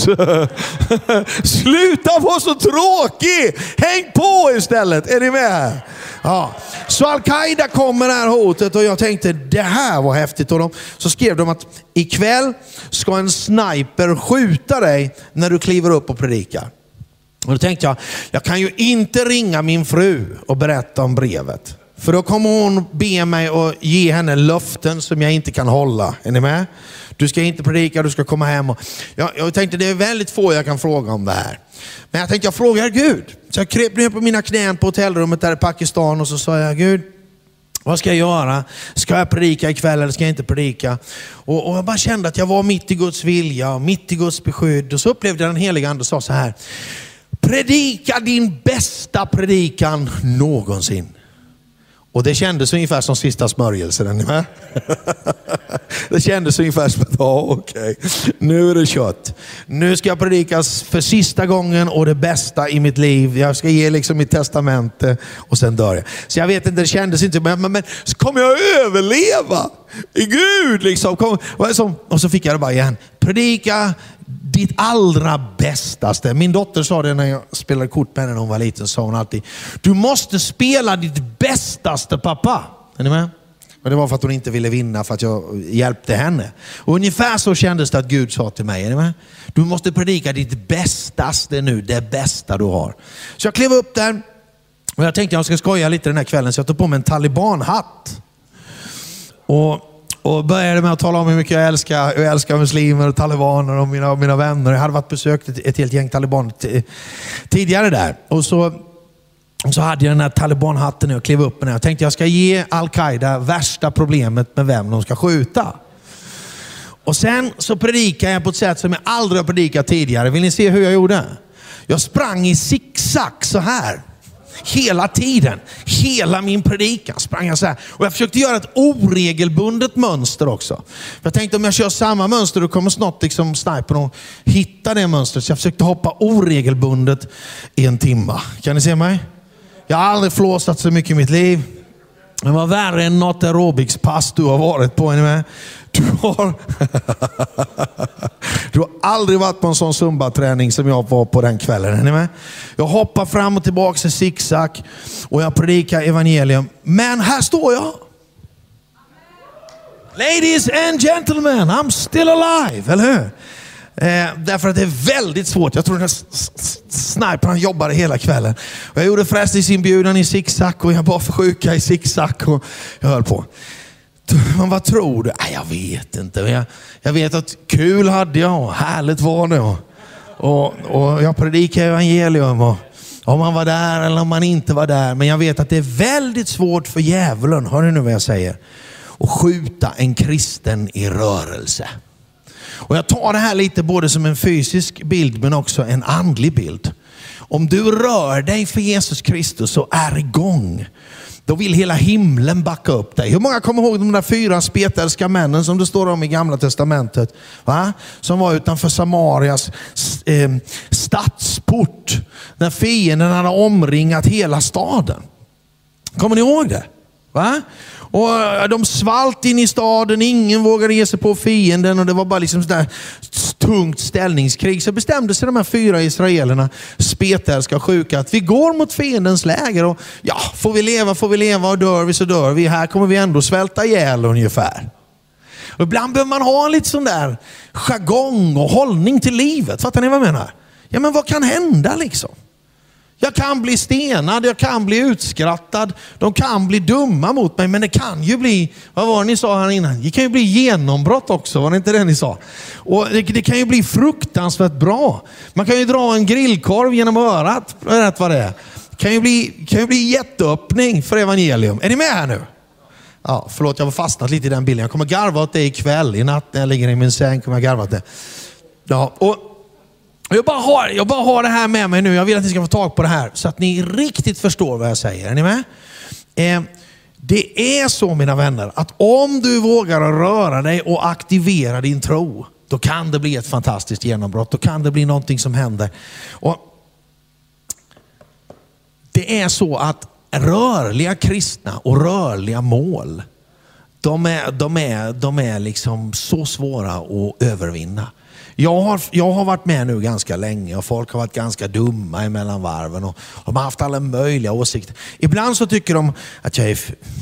Sluta vara så tråkig! Häng på istället! Är ni med? Ja. Så Al-Qaida kom med det här hotet och jag tänkte, det här var häftigt. Och så skrev de att ikväll ska en sniper skjuta dig när du kliver upp och predikar. Och då tänkte jag kan ju inte ringa min fru och berätta om brevet. För då kommer hon be mig och ge henne löften som jag inte kan hålla. Är ni med? Du ska inte predika, du ska komma hem. Jag tänkte, det är väldigt få jag kan fråga om det här. Men jag tänkte, jag frågar Gud. Så jag kröp ner på mina knän på hotellrummet där i Pakistan och så sa jag, Gud, vad ska jag göra? Ska jag predika ikväll eller ska jag inte predika? Och jag bara kände att jag var mitt i Guds vilja, mitt i Guds beskydd. Och så upplevde jag den heliga ande och sa så här: predika din bästa predikan någonsin. Och det kändes ungefär som sista smörjelsen, är ni med? Det kändes ungefär som att, okej, nu är det kött. Nu ska jag predikas för sista gången och det bästa i mitt liv. Jag ska ge liksom mitt testamente och sen dör jag. Så jag vet inte, det kändes inte, men kommer jag överleva? I Gud liksom. Och så fick jag det bara igen. Predika ditt allra bästaste. Min dotter sa det när jag spelade kort med henne när hon var liten. Sa hon alltid, du måste spela ditt bästaste, pappa. Är ni med? Och det var för att hon inte ville vinna, för att jag hjälpte henne. Och ungefär så kändes det att Gud sa till mig. Är ni med? Du måste predika ditt bästaste nu. Det bästa du har. Så jag klev upp där. Och jag tänkte jag ska skoja lite den här kvällen. Så jag tog på mig en talibanhatt. Och började med att tala om hur mycket jag älskar muslimer och talibaner och mina vänner. Jag hade varit besökt ett helt gäng talibaner tidigare där. Och så hade jag den här talibanhatten och jag klev upp med den. Jag tänkte jag ska ge Al-Qaida värsta problemet med vem de ska skjuta. Och sen så predikade jag på ett sätt som jag aldrig har predikat tidigare. Vill ni se hur jag gjorde? Jag sprang i zigzag så här. Hela tiden, hela min predikan sprang jag så här. Och jag försökte göra ett oregelbundet mönster också. För jag tänkte om jag kör samma mönster då kommer snart liksom snipern och hitta det mönstret. Så jag försökte hoppa oregelbundet i en timme. Kan ni se mig? Jag har aldrig flåsat så mycket i mitt liv. Det var värre än något aerobicspass du har varit på. Är ni med? Du har aldrig varit på en sån zumba-träning som jag var på den kvällen. Är ni med? Jag hoppar fram och tillbaka i zigzag och jag predikar evangelium. Men här står jag. Ladies and gentlemen, I'm still alive, eller hur? Därför att det är väldigt svårt. Jag tror den här snipern jobbade hela kvällen. Och jag gjorde frälsningsinbjudan i zigzag och jag bara för sjuka i zigzag och jag höll på. Men vad tror du? Jag vet inte. Jag vet att kul hade jag och härligt var det. Och jag predikade evangelium och om man var där eller om man inte var där. Men jag vet att det är väldigt svårt för djävulen, hör ni nu vad jag säger, att skjuta en kristen i rörelse. Och jag tar det här lite både som en fysisk bild men också en andlig bild. Om du rör dig för Jesus Kristus och är igång, då vill hela himlen backa upp dig. Hur många kommer ihåg de där 4 spetälska männen som det står om i Gamla testamentet? Va? Som var utanför Samarias stadsport. När fienden hade omringat hela staden. Kommer ni ihåg det? Va? Och de svalt in i staden, ingen vågade ge sig på fienden och det var bara liksom sådär tungt ställningskrig. Så bestämde sig de här 4 israelerna, spetälska och sjuka, att vi går mot fiendens läger och ja, får vi leva och dör vi så dör vi. Här kommer vi ändå svälta ihjäl ungefär. Och ibland behöver man ha en lite sån där jargong och hållning till livet. Fattar ni vad jag menar? Ja, men vad kan hända liksom? Jag kan bli stenad, jag kan bli utskrattad, de kan bli dumma mot mig, men det kan ju bli, vad var det ni sa här innan? Det kan ju bli genombrott också, var det inte det ni sa? Och det kan ju bli fruktansvärt bra. Man kan ju dra en grillkorv genom örat, rätt vad det är. Det kan ju bli jätteöppning för evangelium. Är ni med här nu? Ja, förlåt, jag har fastnat lite i den bilden. Jag kommer garva åt det ikväll. I natt när jag ligger i min säng kommer jag garva åt det. Ja, och jag bara har det här med mig nu. Jag vill att ni ska få tag på det här så att ni riktigt förstår vad jag säger. Är ni med? Det är så, mina vänner, att om du vågar röra dig och aktivera din tro, då kan det bli ett fantastiskt genombrott. Då kan det bli någonting som händer. Och det är så att rörliga kristna och rörliga mål, de är liksom så svåra att övervinna. Jag har varit med nu ganska länge och folk har varit ganska dumma emellan varven och de har haft alla möjliga åsikter. Ibland så tycker de att jag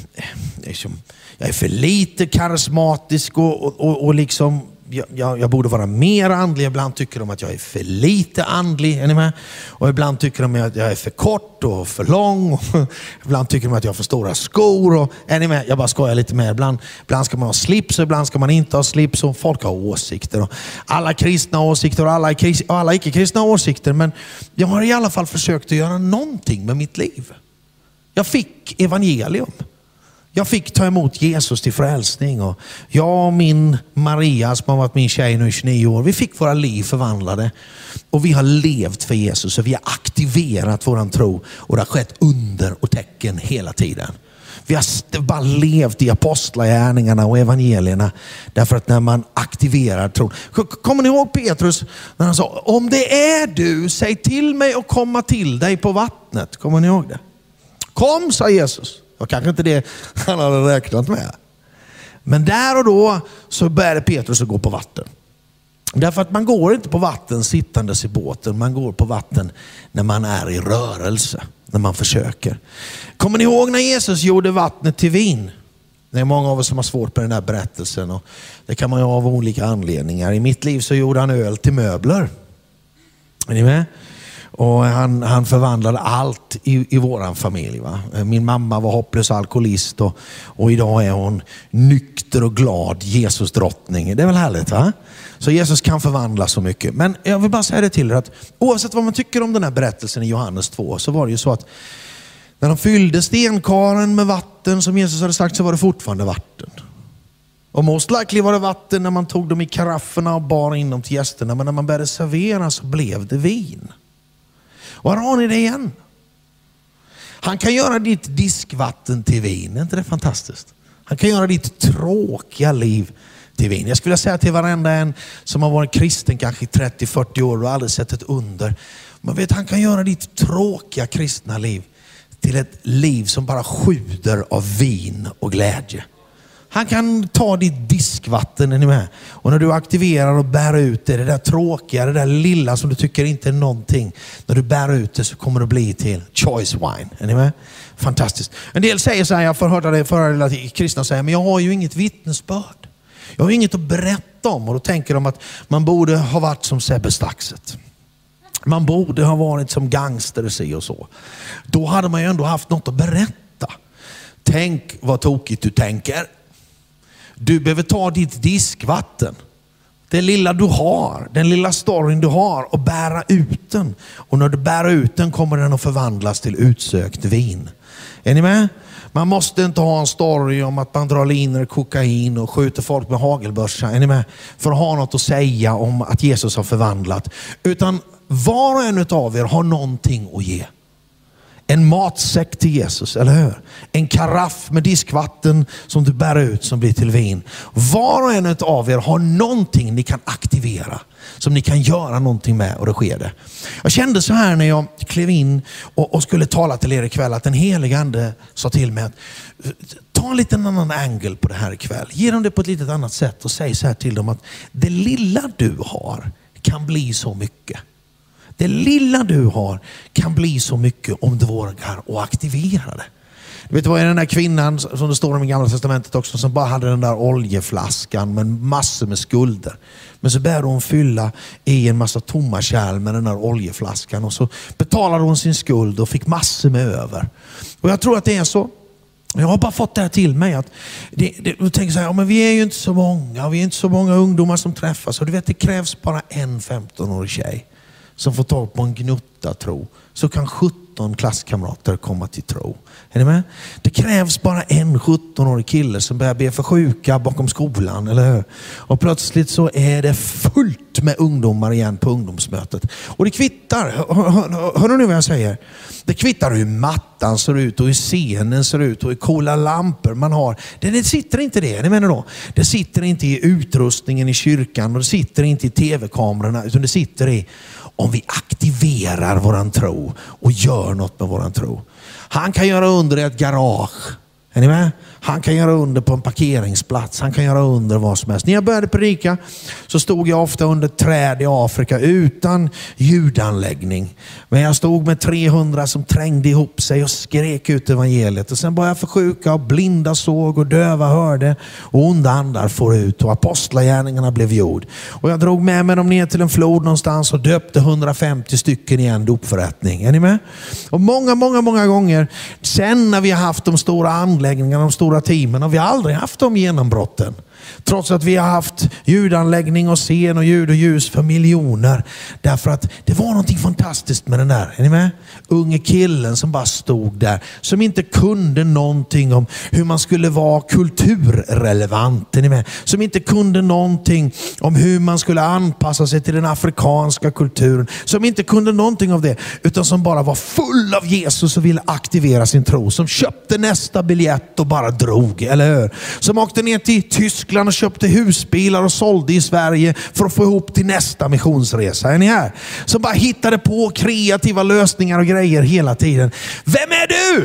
är för lite karismatisk och liksom jag borde vara mer andlig. Ibland tycker de att jag är för lite andlig. Är ni med? Och ibland tycker de att jag är för kort och för lång. Och ibland tycker de att jag har för stora skor. Och, är ni med? Jag bara skojar lite mer. Ibland ska man ha slips och ibland ska man inte ha slips. Och folk har åsikter. Och alla kristna åsikter och alla icke-kristna åsikter. Men jag har i alla fall försökt att göra någonting med mitt liv. Jag fick evangelium. Jag fick ta emot Jesus till frälsning och jag och min Maria som har varit min tjej nu i 29 år, vi fick våra liv förvandlade och vi har levt för Jesus och vi har aktiverat våran tro och det har skett under och tecken hela tiden. Vi har bara levt i apostlagärningarna och evangelierna därför att när man aktiverar tron. Kommer ni ihåg Petrus när han sa, om det är du, säg till mig och komma till dig på vattnet. Kommer ni ihåg det? Kom, sa Jesus. Och kanske inte det han hade räknat med. Men där och då så började Petrus att gå på vatten. Därför att man går inte på vatten sittandes i båten. Man går på vatten när man är i rörelse. När man försöker. Kommer ni ihåg när Jesus gjorde vattnet till vin? Det är många av oss som har svårt med den här berättelsen. Och det kan man ju ha av olika anledningar. I mitt liv så gjorde han öl till möbler. Är ni med? Och han förvandlade allt i våran familj. Va? Min mamma var hopplös alkoholist och idag är hon nykter och glad Jesus drottning. Det är väl härligt, va? Så Jesus kan förvandla så mycket. Men jag vill bara säga det till er att oavsett vad man tycker om den här berättelsen i Johannes 2 så var det ju så att när de fyllde stenkaren med vatten som Jesus hade sagt så var det fortfarande vatten. Och most likely var det vatten när man tog dem i karafferna och bar in dem till gästerna. Men när man började servera så blev det vin. Och här har ni det igen. Han kan göra ditt diskvatten till vin. Är inte det fantastiskt? Han kan göra ditt tråkiga liv till vin. Jag skulle säga till varenda en som har varit kristen kanske i 30-40 år och aldrig sett ett under. Man vet, han kan göra ditt tråkiga kristna liv till ett liv som bara sjuder av vin och glädje. Han kan ta ditt diskvatten, är ni med? Och när du aktiverar och bär ut det där tråkiga, det där lilla som du tycker inte är någonting. När du bär ut det så kommer det bli till choice wine, är ni med? Fantastiskt. En del säger så här, jag får höra det förra kristna säga, men jag har ju inget vittnesbörd. Jag har inget att berätta om. Och då tänker de att man borde ha varit som Sebbe Staxet. Man borde ha varit som gangster och så. Då hade man ju ändå haft något att berätta. Tänk vad tokigt du tänker. Du behöver ta ditt diskvatten. Det lilla du har, den lilla storyn du har och bära ut den. Och när du bär ut den kommer den att förvandlas till utsökt vin. Är ni med? Man måste inte ha en story om att man drar linor, kokain och skjuter folk med hagelbössa. Är ni med? För att ha något att säga om att Jesus har förvandlat. Utan var och en av er har någonting att ge. En matsäck till Jesus, eller hur? En karaff med diskvatten som du bär ut som blir till vin. Var och en av er har någonting ni kan aktivera. Som ni kan göra någonting med och det sker det. Jag kände så här när jag klev in och skulle tala till er ikväll att den heliga ande sa till mig att ta en liten annan angle på det här ikväll. Ge dem det på ett litet annat sätt och säg så här till dem att det lilla du har kan bli så mycket. Det lilla du har kan bli så mycket om du vågar och aktivera det. Du vet vad är den där kvinnan som det står om i Gamla testamentet också som bara hade den där oljeflaskan med massor med skulder. Men så började hon fylla i en massa tomma kärl med den där oljeflaskan och så betalade hon sin skuld och fick massor med över. Och jag tror att det är så. Jag har bara fått det här till mig att du tänker så här, ja, men vi är ju inte så många, vi är inte så många ungdomar som träffas och du vet det krävs bara en 15-årig tjej som får tag på en gnutta tro så kan 17 17 klasskamrater komma till tro. Är ni med? Det krävs bara en 17-årig kille som börjar be för sjuka bakom skolan, eller hur? Och plötsligt så är det fullt med ungdomar igen på ungdomsmötet. Och det kvittar, hör ni vad jag säger? Det kvittar hur mattan ser ut och hur scenen ser ut och hur coola lampor man har. Det sitter inte det, ni menar då? Det sitter inte i utrustningen i kyrkan och det sitter inte i tv-kamerorna, utan det sitter i om vi aktiverar våran tro och gör något med våran tro. Han kan göra under i ett garage. Är ni med? Han kan göra under på en parkeringsplats. Han kan göra under vad som helst. När jag började predika så stod jag ofta under träd i Afrika utan ljudanläggning. Men jag stod med 300 som trängde ihop sig och skrek ut evangeliet. Och sen började jag försjuka och blinda såg och döva hörde och onda andar får ut och apostlagärningarna blev gjord. Och jag drog med mig dem ner till en flod någonstans och döpte 150 stycken i en dopförrättning. Är ni med? Och många gånger sen när vi har haft de stora anläggningarna, de stora teamen, och vi har aldrig haft de genombrotten. Trots att vi har haft ljudanläggning och scen och ljud och ljus för miljoner. Därför att det var någonting fantastiskt med den där. Är ni med? Unge killen som bara stod där. Som inte kunde någonting om hur man skulle vara kulturrelevant. Är ni med? Som inte kunde någonting om hur man skulle anpassa sig till den afrikanska kulturen. Som inte kunde någonting av det. Utan som bara var full av Jesus och ville aktivera sin tro. Som köpte nästa biljett och bara drog. Eller hur? Som åkte ner till Tyskland och köpte husbilar och sålde i Sverige för att få ihop till nästa missionsresa. Är ni här? Som bara hittade på kreativa lösningar och grejer hela tiden. Vem är du?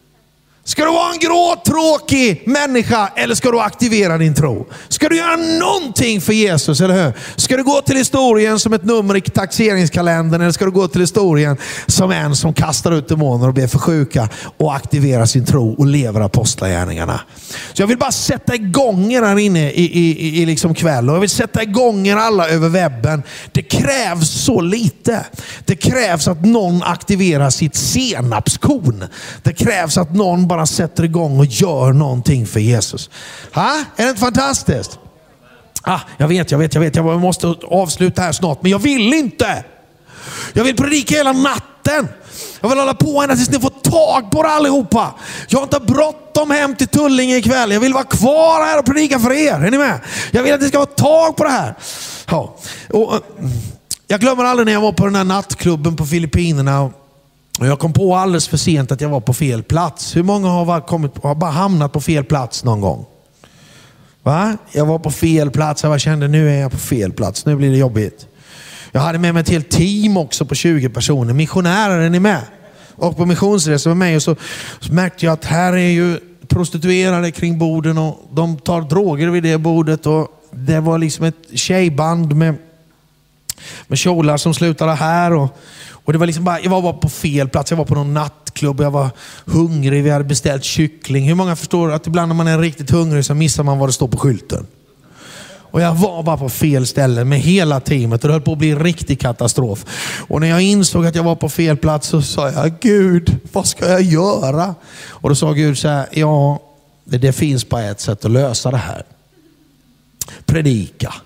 Ska du vara en grå, tråkig människa eller ska du aktivera din tro? Ska du göra någonting för Jesus, eller hur? Ska du gå till historien som ett nummer i taxeringskalendern eller ska du gå till historien som en som kastar ut demoner och ber för sjuka och aktiverar sin tro och lever apostlagärningarna? Så jag vill bara sätta igång er här inne i liksom kväll och jag vill sätta igång er alla över webben. Det krävs så lite. Det krävs att någon aktiverar sitt senapskorn. Det krävs att någon bara sätter igång och gör någonting för Jesus. Ha? Är det inte fantastiskt? Jag vet. Jag måste avsluta här snart. Men jag vill inte. Jag vill predika hela natten. Jag vill hålla på ända tills ni får tag på det allihopa. Jag har inte bråttom hem till Tullinge ikväll. Jag vill vara kvar här och predika för er. Är ni med? Jag vill att ni ska få tag på det här. Ja. Jag glömmer aldrig när jag var på den här nattklubben på Filippinerna. Och jag kom på alldeles för sent att jag var på fel plats. Hur många har bara hamnat på fel plats någon gång? Va? Jag var på fel plats. Jag kände nu är jag på fel plats. Nu blir det jobbigt. Jag hade med mig ett helt team också på 20 personer. Missionärer, är ni med? Och på missionsresa med mig och så märkte jag att här är ju prostituerade kring borden och de tar droger vid det bordet. Och det var liksom ett tjejband med kjolar som slutade här och det var liksom bara, jag var bara på fel plats. Jag var på någon nattklubb och jag var hungrig. Vi hade beställt kyckling. Hur många förstår att ibland när man är riktigt hungrig så missar man vad det står på skylten? Och jag var bara på fel ställe med hela teamet och det höll på att bli en riktig katastrof. Och när jag insåg att jag var på fel plats så sa jag, Gud, vad ska jag göra? Och då sa Gud så här, ja, det finns bara ett sätt att lösa det här. Predika.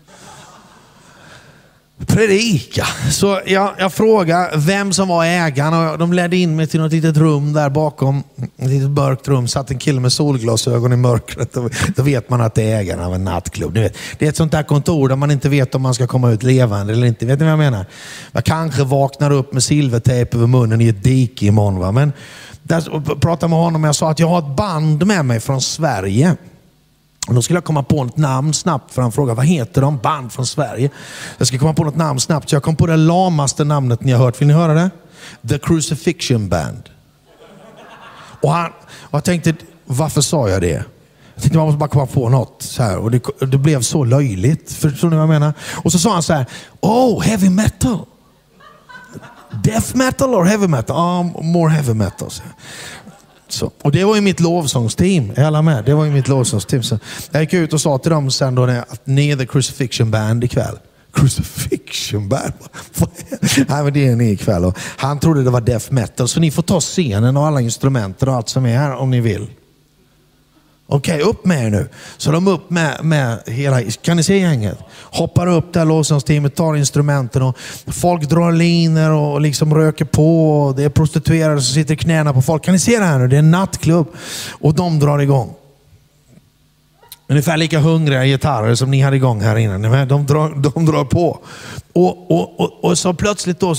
Så jag frågade vem som var ägaren och de ledde in mig till något litet rum där bakom. Ett litet mörkt rum. Satt en kille med solglasögon i mörkret. Då vet man att det är ägaren av en nattklubb. Ni vet, det är ett sånt där kontor där man inte vet om man ska komma ut levande eller inte. Vet ni vad jag menar? Jag kanske vaknar upp med silvertejp över munnen i ett dike imorgon. Va? Men där pratade med honom och jag sa att jag har ett band med mig från Sverige. Och då skulle jag komma på ett namn snabbt för han frågade, vad heter de? Band från Sverige. Jag ska komma på något namn snabbt så jag kom på det lamaste namnet ni har hört. Vill ni höra det? The Crucifixion Band. Och jag tänkte, varför sa jag det? Jag tänkte man måste bara komma på något så här. Och det blev så löjligt. Förstår ni vad jag menar? Och så sa han så här, heavy metal. Death metal or heavy metal? More heavy metal. Så. Och det var ju mitt lovsångsteam. Är alla med? Det var ju mitt lovsångsteam. Så jag gick ut och sa till dem sen då att ni är The Crucifixion Band ikväll. Crucifixion Band? Nej, men det är ni ikväll. Och han trodde det var death metal. Så ni får ta scenen och alla instrumenter och allt som är här om ni vill. Okej, upp med er nu. Så de upp med hela, kan ni se gänget? Hoppar upp där, lovsångsteamet tar instrumenten och folk drar liner och liksom röker på. Och det är prostituerade som sitter i knäna på folk. Kan ni se det här nu? Det är en nattklubb och de drar igång. Ungefär lika hungriga gitarrer som ni hade igång här innan. De drar på. Och så plötsligt då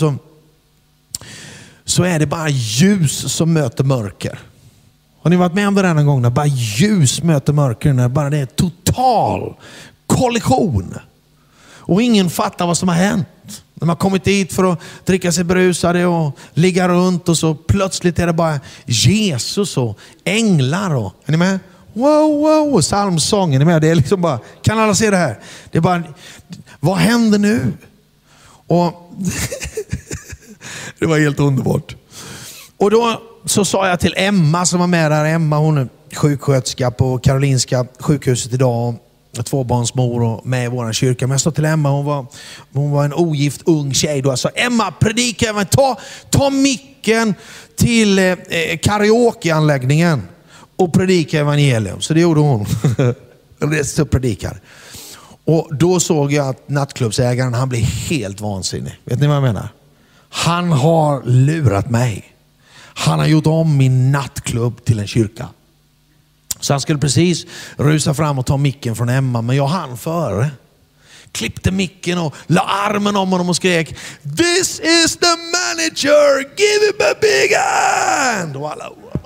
så är det bara ljus som möter mörker. Har ni varit med om det en gång när bara ljus möter mörker? När bara det är total kollision. Och ingen fattar vad som har hänt. När man kommit dit för att dricka sig berusade och ligga runt och så plötsligt är det bara Jesus och änglar. Och, är ni med? Wow, psalmsången, är ni med? Det är liksom bara, kan alla se det här? Det är bara, vad händer nu? Och det var helt underbart. Och då så sa jag till Emma som var med där. Emma, hon är sjuksköterska på Karolinska sjukhuset idag. Tvåbarnsmor och med i vår kyrka. Men jag sa till Emma, hon var en ogift ung tjej då. Jag sa, Emma, predika, ta micken till karaokeanläggningen och predika evangelium. Så det gjorde hon. Så predikar. Och då såg jag att nattklubbsägaren, han blev helt vansinnig. Vet ni vad jag menar? Han har lurat mig. Han har gjort om min nattklubb till en kyrka. Så han skulle precis rusa fram och ta micken från Emma. Men jag hann före. Klippte micken och la armen om honom och skrek, "This is the manager! Give him a big hand!" Och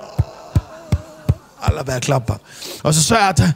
alla började klappa. Och så sa jag att,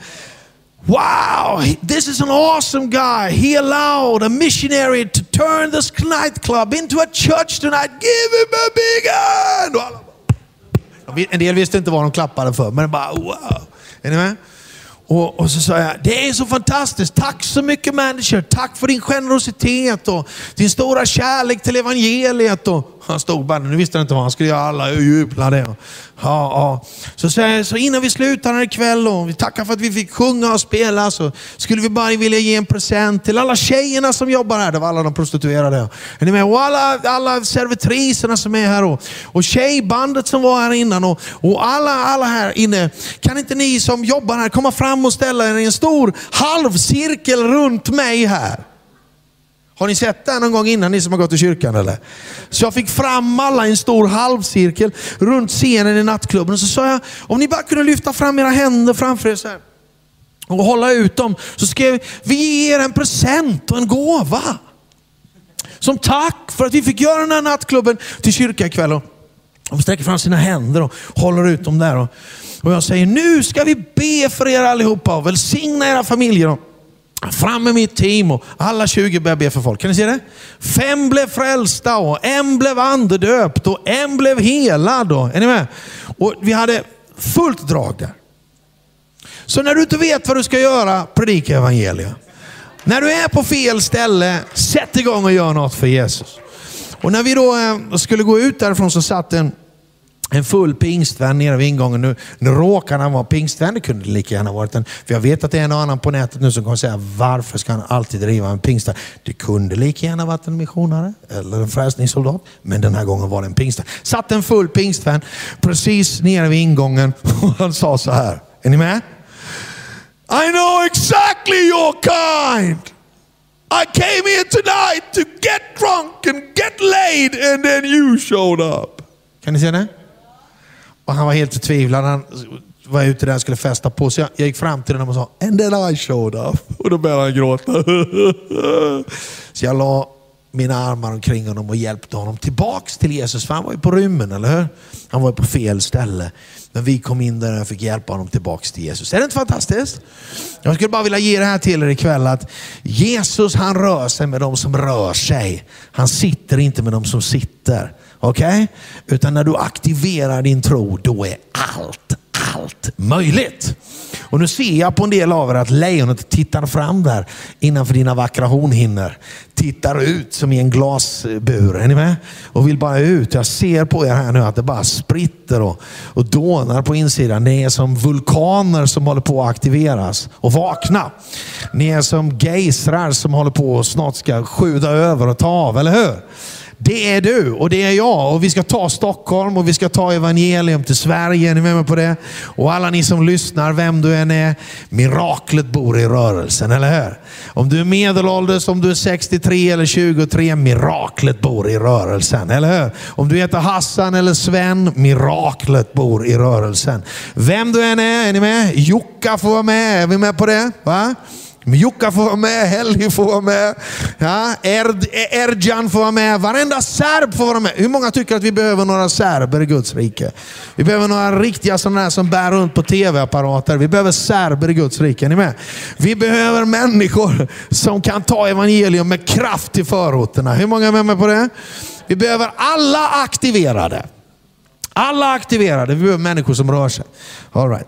"Wow, this is an awesome guy. He allowed a missionary to turn this nightclub into a church tonight. Give him a big hand!" Och alla, en del visste inte vad de klappade för, men bara wow. Är ni med? Och så sa jag, det är så fantastiskt. Tack så mycket manager. Tack för din generositet och din stora kärlek till evangeliet. Och han stod bara, nu visste han inte vad han skulle göra, alla jublade. Ja. Så innan vi slutar här ikväll och vi tackar för att vi fick sjunga och spela, så skulle vi bara vilja ge en present till alla tjejerna som jobbar här. Det var alla de prostituerade. Är ni med? Och alla servitriserna som är här och tjejbandet som var här innan och alla här inne. Kan inte ni som jobbar här komma fram och ställa er i en stor halvcirkel runt mig här? Har ni sett det någon gång innan, ni som har gått i kyrkan eller? Så jag fick fram alla i en stor halvcirkel runt scenen i nattklubben. Och så sa jag, om ni bara kunde lyfta fram era händer framför er så här och hålla ut dem, så ska vi ge er en present och en gåva. Som tack för att vi fick göra den här nattklubben till kyrka ikväll. Och de sträcker fram sina händer och håller ut dem där. Och jag säger, nu ska vi be för er allihopa och välsigna era familjer. Fram med mitt team och alla 20 börjar be för folk. Kan ni se det? 5 blev frälsta och 1 blev andedöpt och 1 blev helad. Är ni med? Och vi hade fullt drag där. Så när du inte vet vad du ska göra, predika evangeliet. När du är på fel ställe, sätt igång och gör något för Jesus. Och när vi då skulle gå ut därifrån så satt en full pingstvän nere vid ingången. Nu råkar han vara pingstvän. Det kunde lika gärna varit en. För jag vet att det är en annan på nätet nu som kommer säga, varför ska han alltid driva en pingstvän? Det kunde lika gärna varit en missionare eller en frälsningssoldat. Men den här gången var det en pingstvän. Satt en full pingstvän precis nere vid ingången. Och han sa så här. Är ni med? I know exactly your kind. I came here tonight to get drunk and get laid and then you showed up. Kan ni se det? Och han var helt förtvivlad. Han var ute där och skulle festa på. Så jag gick fram till honom och sa, and then I showed up. Och då började han gråta. Så jag la mina armar omkring honom och hjälpte honom tillbaks till Jesus. För han var ju på rymmen, eller hur? Han var ju på fel ställe. Men vi kom in där och fick hjälpa honom tillbaks till Jesus. Är det inte fantastiskt? Jag skulle bara vilja ge det här till er ikväll. Att Jesus, han rör sig med de som rör sig. Han sitter inte med de som sitter. Okej? Utan när du aktiverar din tro, då är allt möjligt. Och nu ser jag på en del av er att lejonet tittar fram där innanför dina vackra hornhinnor. Tittar ut som i en glasbur. Är ni med? Och vill bara ut. Jag ser på er här nu att det bara spritter och dånar på insidan. Det är som vulkaner som håller på att aktiveras och vakna. Ni är som geysrar som håller på och snart ska skjuta över och ta av, eller hur? Det är du och det är jag. Och vi ska ta Stockholm och vi ska ta evangelium till Sverige. Är ni med mig på det? Och alla ni som lyssnar, vem du än är, miraklet bor i rörelsen, eller hur? Om du är medelålders, om du är 63 eller 23, miraklet bor i rörelsen, eller hur? Om du heter Hassan eller Sven, miraklet bor i rörelsen. Vem du än är ni med? Jukka får vara med, är vi med på det? Va? Jukka får vara med, Helgi får vara med, ja, Erjan får vara med, varenda serb får vara med. Hur många tycker att vi behöver några serber i Guds rike? Vi behöver några riktiga sådana här som bär runt på tv-apparater. Vi behöver serber i Guds rike, är ni med? Vi behöver människor som kan ta evangelium med kraft till förorterna. Hur många är med mig på det? Vi behöver alla aktiverade. Alla aktiverade, vi behöver människor som rör sig. All right.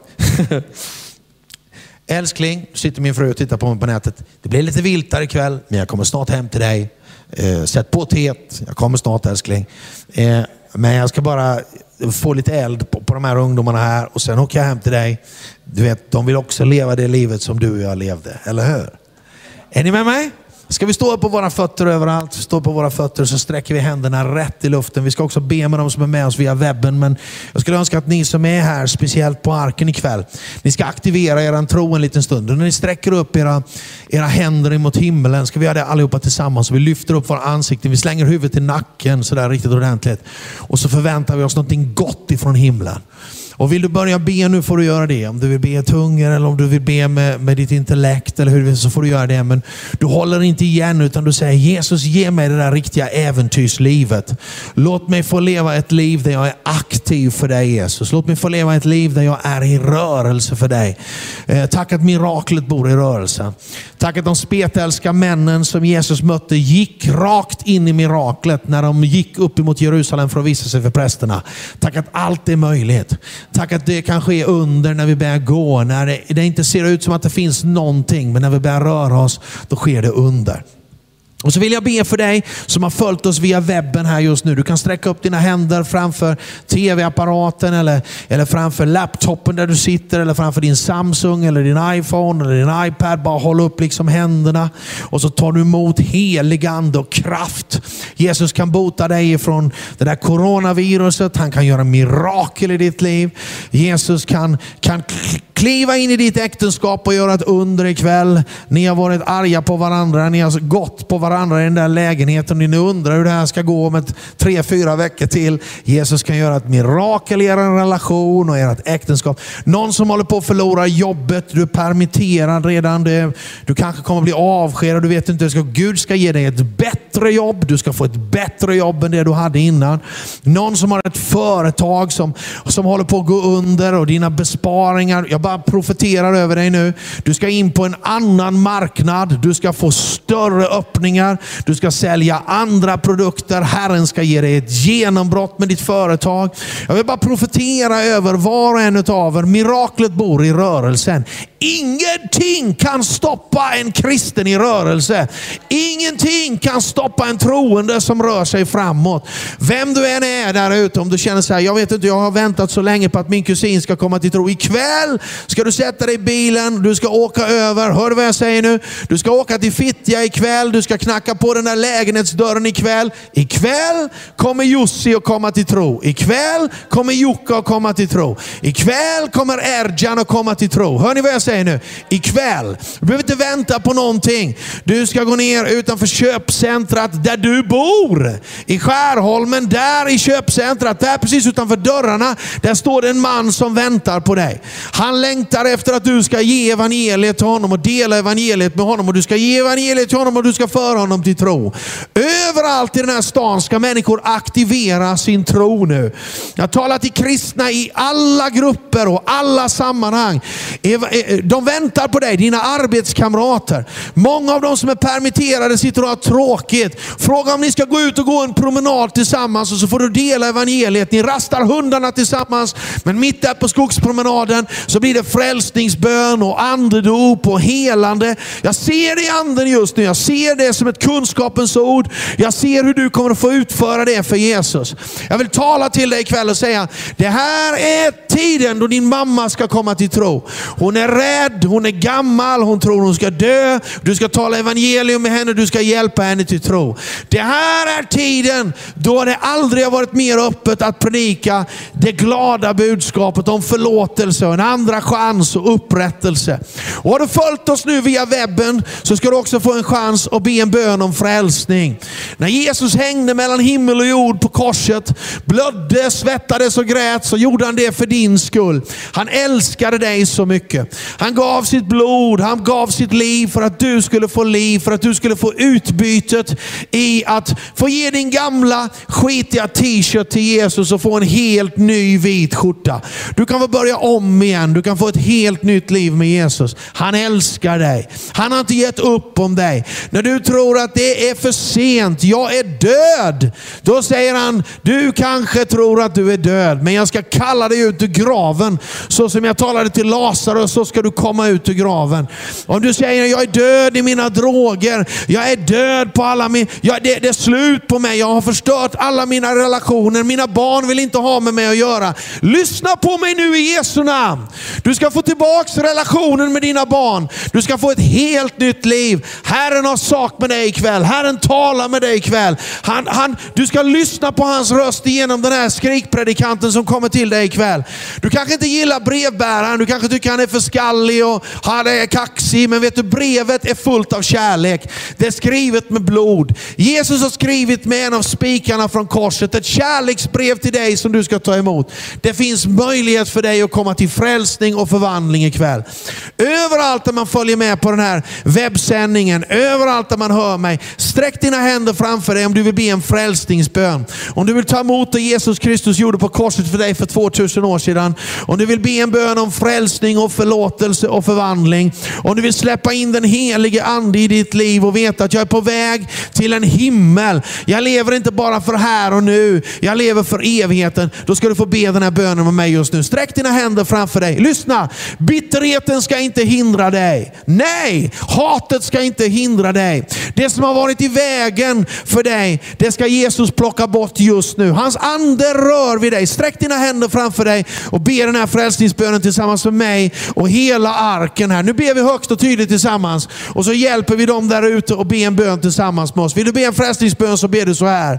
Älskling, sitter min fru och tittar på mig på nätet. Det blir lite viltare ikväll, men jag kommer snart hem till dig. Sätt på teet, jag kommer snart älskling. Men jag ska bara få lite eld på de här ungdomarna här. Och sen åker jag hem till dig. Du vet, de vill också leva det livet som du och jag levde, eller hur? Är ni med mig? Ska vi stå på våra fötter överallt, stå på våra fötter, så sträcker vi händerna rätt i luften. Vi ska också be med dem som är med oss via webben. Men jag skulle önska att ni som är här, speciellt på arken ikväll, ni ska aktivera er tro en liten stund. Och när ni sträcker upp era händer emot himlen, ska vi göra det allihopa tillsammans. Vi lyfter upp våra ansikten, vi slänger huvudet i nacken sådär riktigt ordentligt. Och så förväntar vi oss någonting gott ifrån himlen. Och vill du börja be nu får du göra det. Om du vill be i tungor eller om du vill be med ditt intellekt eller hur du vill, så får du göra det. Men du håller inte igen utan du säger: Jesus, ge mig det där riktiga äventyrslivet. Låt mig få leva ett liv där jag är aktiv för dig, Jesus. Låt mig få leva ett liv där jag är i rörelse för dig. Tack att miraklet bor i rörelsen. Tack att de spetälska männen som Jesus mötte gick rakt in i miraklet när de gick upp emot Jerusalem för att visa sig för prästerna. Tack att allt är möjligt. Tack att det kan ske under när vi börjar gå. När det inte ser ut som att det finns någonting. Men när vi börjar röra oss, då sker det under. Och så vill jag be för dig som har följt oss via webben här just nu. Du kan sträcka upp dina händer framför tv-apparaten eller framför laptopen där du sitter, eller framför din Samsung eller din iPhone eller din iPad. Bara håll upp liksom händerna och så tar du emot helig ande och kraft. Jesus kan bota dig från det där coronaviruset. Han kan göra mirakel i ditt liv. Jesus kan kliva in i ditt äktenskap och göra ett under ikväll. Ni har varit arga på varandra. Ni har gått på varandra i den där lägenheten. Ni undrar hur det här ska gå om 3-4 veckor till. Jesus kan göra ett mirakel i er relation och ert äktenskap. Någon som håller på att förlora jobbet. Du är permitterad redan. Du kanske kommer att bli avskedad. Du vet inte. Gud ska ge dig ett bättre jobb. Du ska få ett bättre jobb än det du hade innan. Någon som har ett företag som håller på att gå under och dina besparingar. Jag bara profeterar över dig nu. Du ska in på en annan marknad. Du ska få större öppningar. Du ska sälja andra produkter. Herren ska ge dig ett genombrott med ditt företag. Jag vill bara profetera över var och en utav er. Miraklet bor i rörelsen. Ingenting kan stoppa en kristen i rörelse. Ingenting kan stoppa en troende som rör sig framåt. Vem du än är där ute, om du känner så här: jag vet inte, jag har väntat så länge på att min kusin ska komma till tro. Ikväll ska du sätta dig i bilen, du ska åka över. Hör du vad jag säger nu? Du ska åka till Fittja ikväll, du ska knacka på den där lägenhetsdörren ikväll. Ikväll kommer Jussi att komma till tro. Ikväll kommer Jukka att komma till tro. Ikväll kommer Erjan att komma till tro. Hör ni vad jag säger nu? Ikväll. Du behöver inte vänta på någonting. Du ska gå ner utanför köpcentrat där du bor. I Skärholmen, där i köpcentrat, där precis utanför dörrarna, där står det en man som väntar på dig. Han längtar efter att du ska ge evangeliet till honom och dela evangeliet med honom. Och du ska ge evangeliet till honom och du ska föra honom till tro. Överallt i den här stan ska människor aktivera sin tro nu. Jag talar till kristna i alla grupper och alla sammanhang. De väntar på dig, dina arbetskamrater. Många av dem som är permitterade sitter och har tråkigt. Fråga om ni ska gå ut och gå en promenad tillsammans och så får du dela evangeliet. Ni rastar hundarna tillsammans, men mitt där på skogspromenaden så blir det frälsningsbön och andedop och helande. Jag ser det i anden just nu. Jag ser det som ett kunskapens ord. Jag ser hur du kommer att få utföra det för Jesus. Jag vill tala till dig ikväll och säga: det här är tiden då din mamma ska komma till tro. Hon är rädd, hon är gammal, hon tror hon ska dö. Du ska tala evangelium med henne, du ska hjälpa henne till tro. tro. Det här är tiden då det aldrig har varit mer öppet att predika det glada budskapet om förlåtelse och en andra chans och upprättelse. Och har du följt oss nu via webben så ska du också få en chans att be en bön om frälsning. När Jesus hängde mellan himmel och jord på korset, blödde, svettades och grät, så gjorde han det för din skull. Han älskade dig så mycket. Han gav sitt blod, han gav sitt liv för att du skulle få liv, för att du skulle få utbytet i att få ge din gamla skitiga t-shirt till Jesus och få en helt ny vit skjorta. Du kan få börja om igen, du kan få ett helt nytt liv med Jesus. Han älskar dig. Han har inte gett upp om dig. När du tror att det är för sent, jag är död, då säger han, du kanske tror att du är död, men jag ska kalla dig ut ur graven. Så som jag talade till Lazarus, så ska du komma ut ur graven. Om du säger, jag är död i mina droger, jag är död på alla det är slut på mig, jag har förstört alla mina relationer, mina barn vill inte ha med mig att göra. Lyssna på mig nu i Jesu namn. Du ska få tillbaks relationen med dina barn. Du ska få ett helt nytt liv. Herren har sak med dig ikväll. Herren talar med dig ikväll. Du ska lyssna på hans röst genom den här skrikpredikanten som kommer till dig ikväll. Du kanske inte gillar brevbäraren, du kanske tycker han är för skallig och han är kaxig, men vet du, brevet är fullt av kärlek. Det är skrivet med blod. Jesus har skrivit med en av spikarna från korset ett kärleksbrev till dig som du ska ta emot. Det finns möjlighet för dig att komma till frälsning och förvandling ikväll. Överallt där man följer med på den här webbsändningen, överallt där man hör mig, sträck dina händer framför dig om du vill be en frälsningsbön. Om du vill ta emot det Jesus Kristus gjorde på korset för dig för 2000 år sedan. Om du vill be en bön om frälsning och förlåtelse och förvandling. Om du vill släppa in den helige ande i ditt liv och veta att jag är på väg till en himmel. Jag lever inte bara för här och nu, jag lever för evigheten. Då ska du få be den här bönen med mig just nu. Sträck dina händer framför dig. Lyssna, bitterheten ska inte hindra dig. Nej, hatet ska inte hindra dig. Det som har varit i vägen för dig, det ska Jesus plocka bort just nu. Hans ande rör vid dig. Sträck dina händer framför dig och be den här frälsningsbönen tillsammans med mig och hela arken här. Nu ber vi högt och tydligt tillsammans och så hjälper vi dem där ute och be en bön tillsammans med oss. Vill du be en frälsningsbön så ber du så här.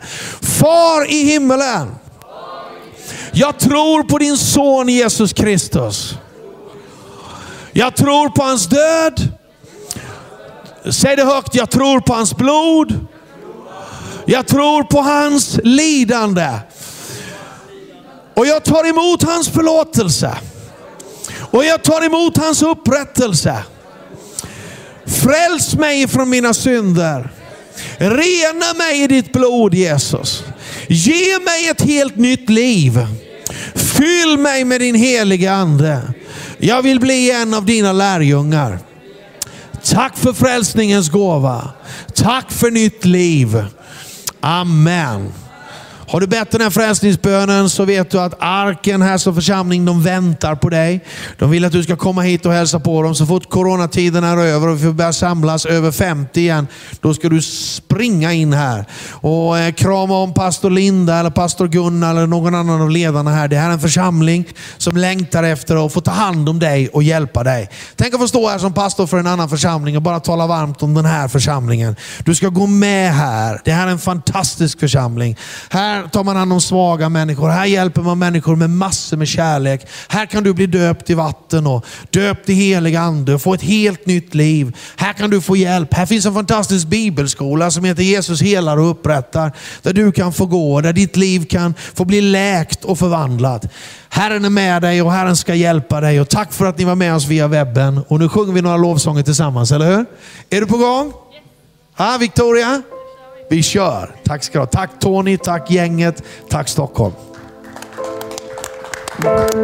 Far i himmelen, jag tror på din son Jesus Kristus. Jag tror på hans död. Säg det högt, jag tror på hans blod. Jag tror på hans lidande. Och jag tar emot hans förlåtelse. Och jag tar emot hans upprättelse. Fräls mig från mina synder. Rena mig i ditt blod, Jesus. Ge mig ett helt nytt liv. Fyll mig med din heliga ande. Jag vill bli en av dina lärjungar. Tack för frälsningens gåva. Tack för nytt liv. Amen. Har du bett den här frälsningsbönen så vet du att arken här som församling, de väntar på dig. De vill att du ska komma hit och hälsa på dem. Så fort coronatiden är över och vi får börja samlas över 50 igen, då ska du springa in här och krama om pastor Linda eller pastor Gunnar eller någon annan av ledarna här. Det här är en församling som längtar efter att få ta hand om dig och hjälpa dig. Tänk att få stå här som pastor för en annan församling och bara tala varmt om den här församlingen. Du ska gå med här. Det här är en fantastisk församling. Här tar man hand om svaga människor. Här hjälper man människor med massor med kärlek. Här kan du bli döpt i vatten och döpt i helig ande och få ett helt nytt liv. Här kan du få hjälp. Här finns en fantastisk bibelskola som heter Jesus helar och upprättar. Där du kan få gå, där ditt liv kan få bli läkt och förvandlat. Herren är med dig och Herren ska hjälpa dig. Och tack för att ni var med oss via webben. Och nu sjunger vi några lovsånger tillsammans, eller hur? Är du på gång? Ja, Victoria? Vi kör. Tack ska du ha. Tack Tony, tack gänget, tack Stockholm.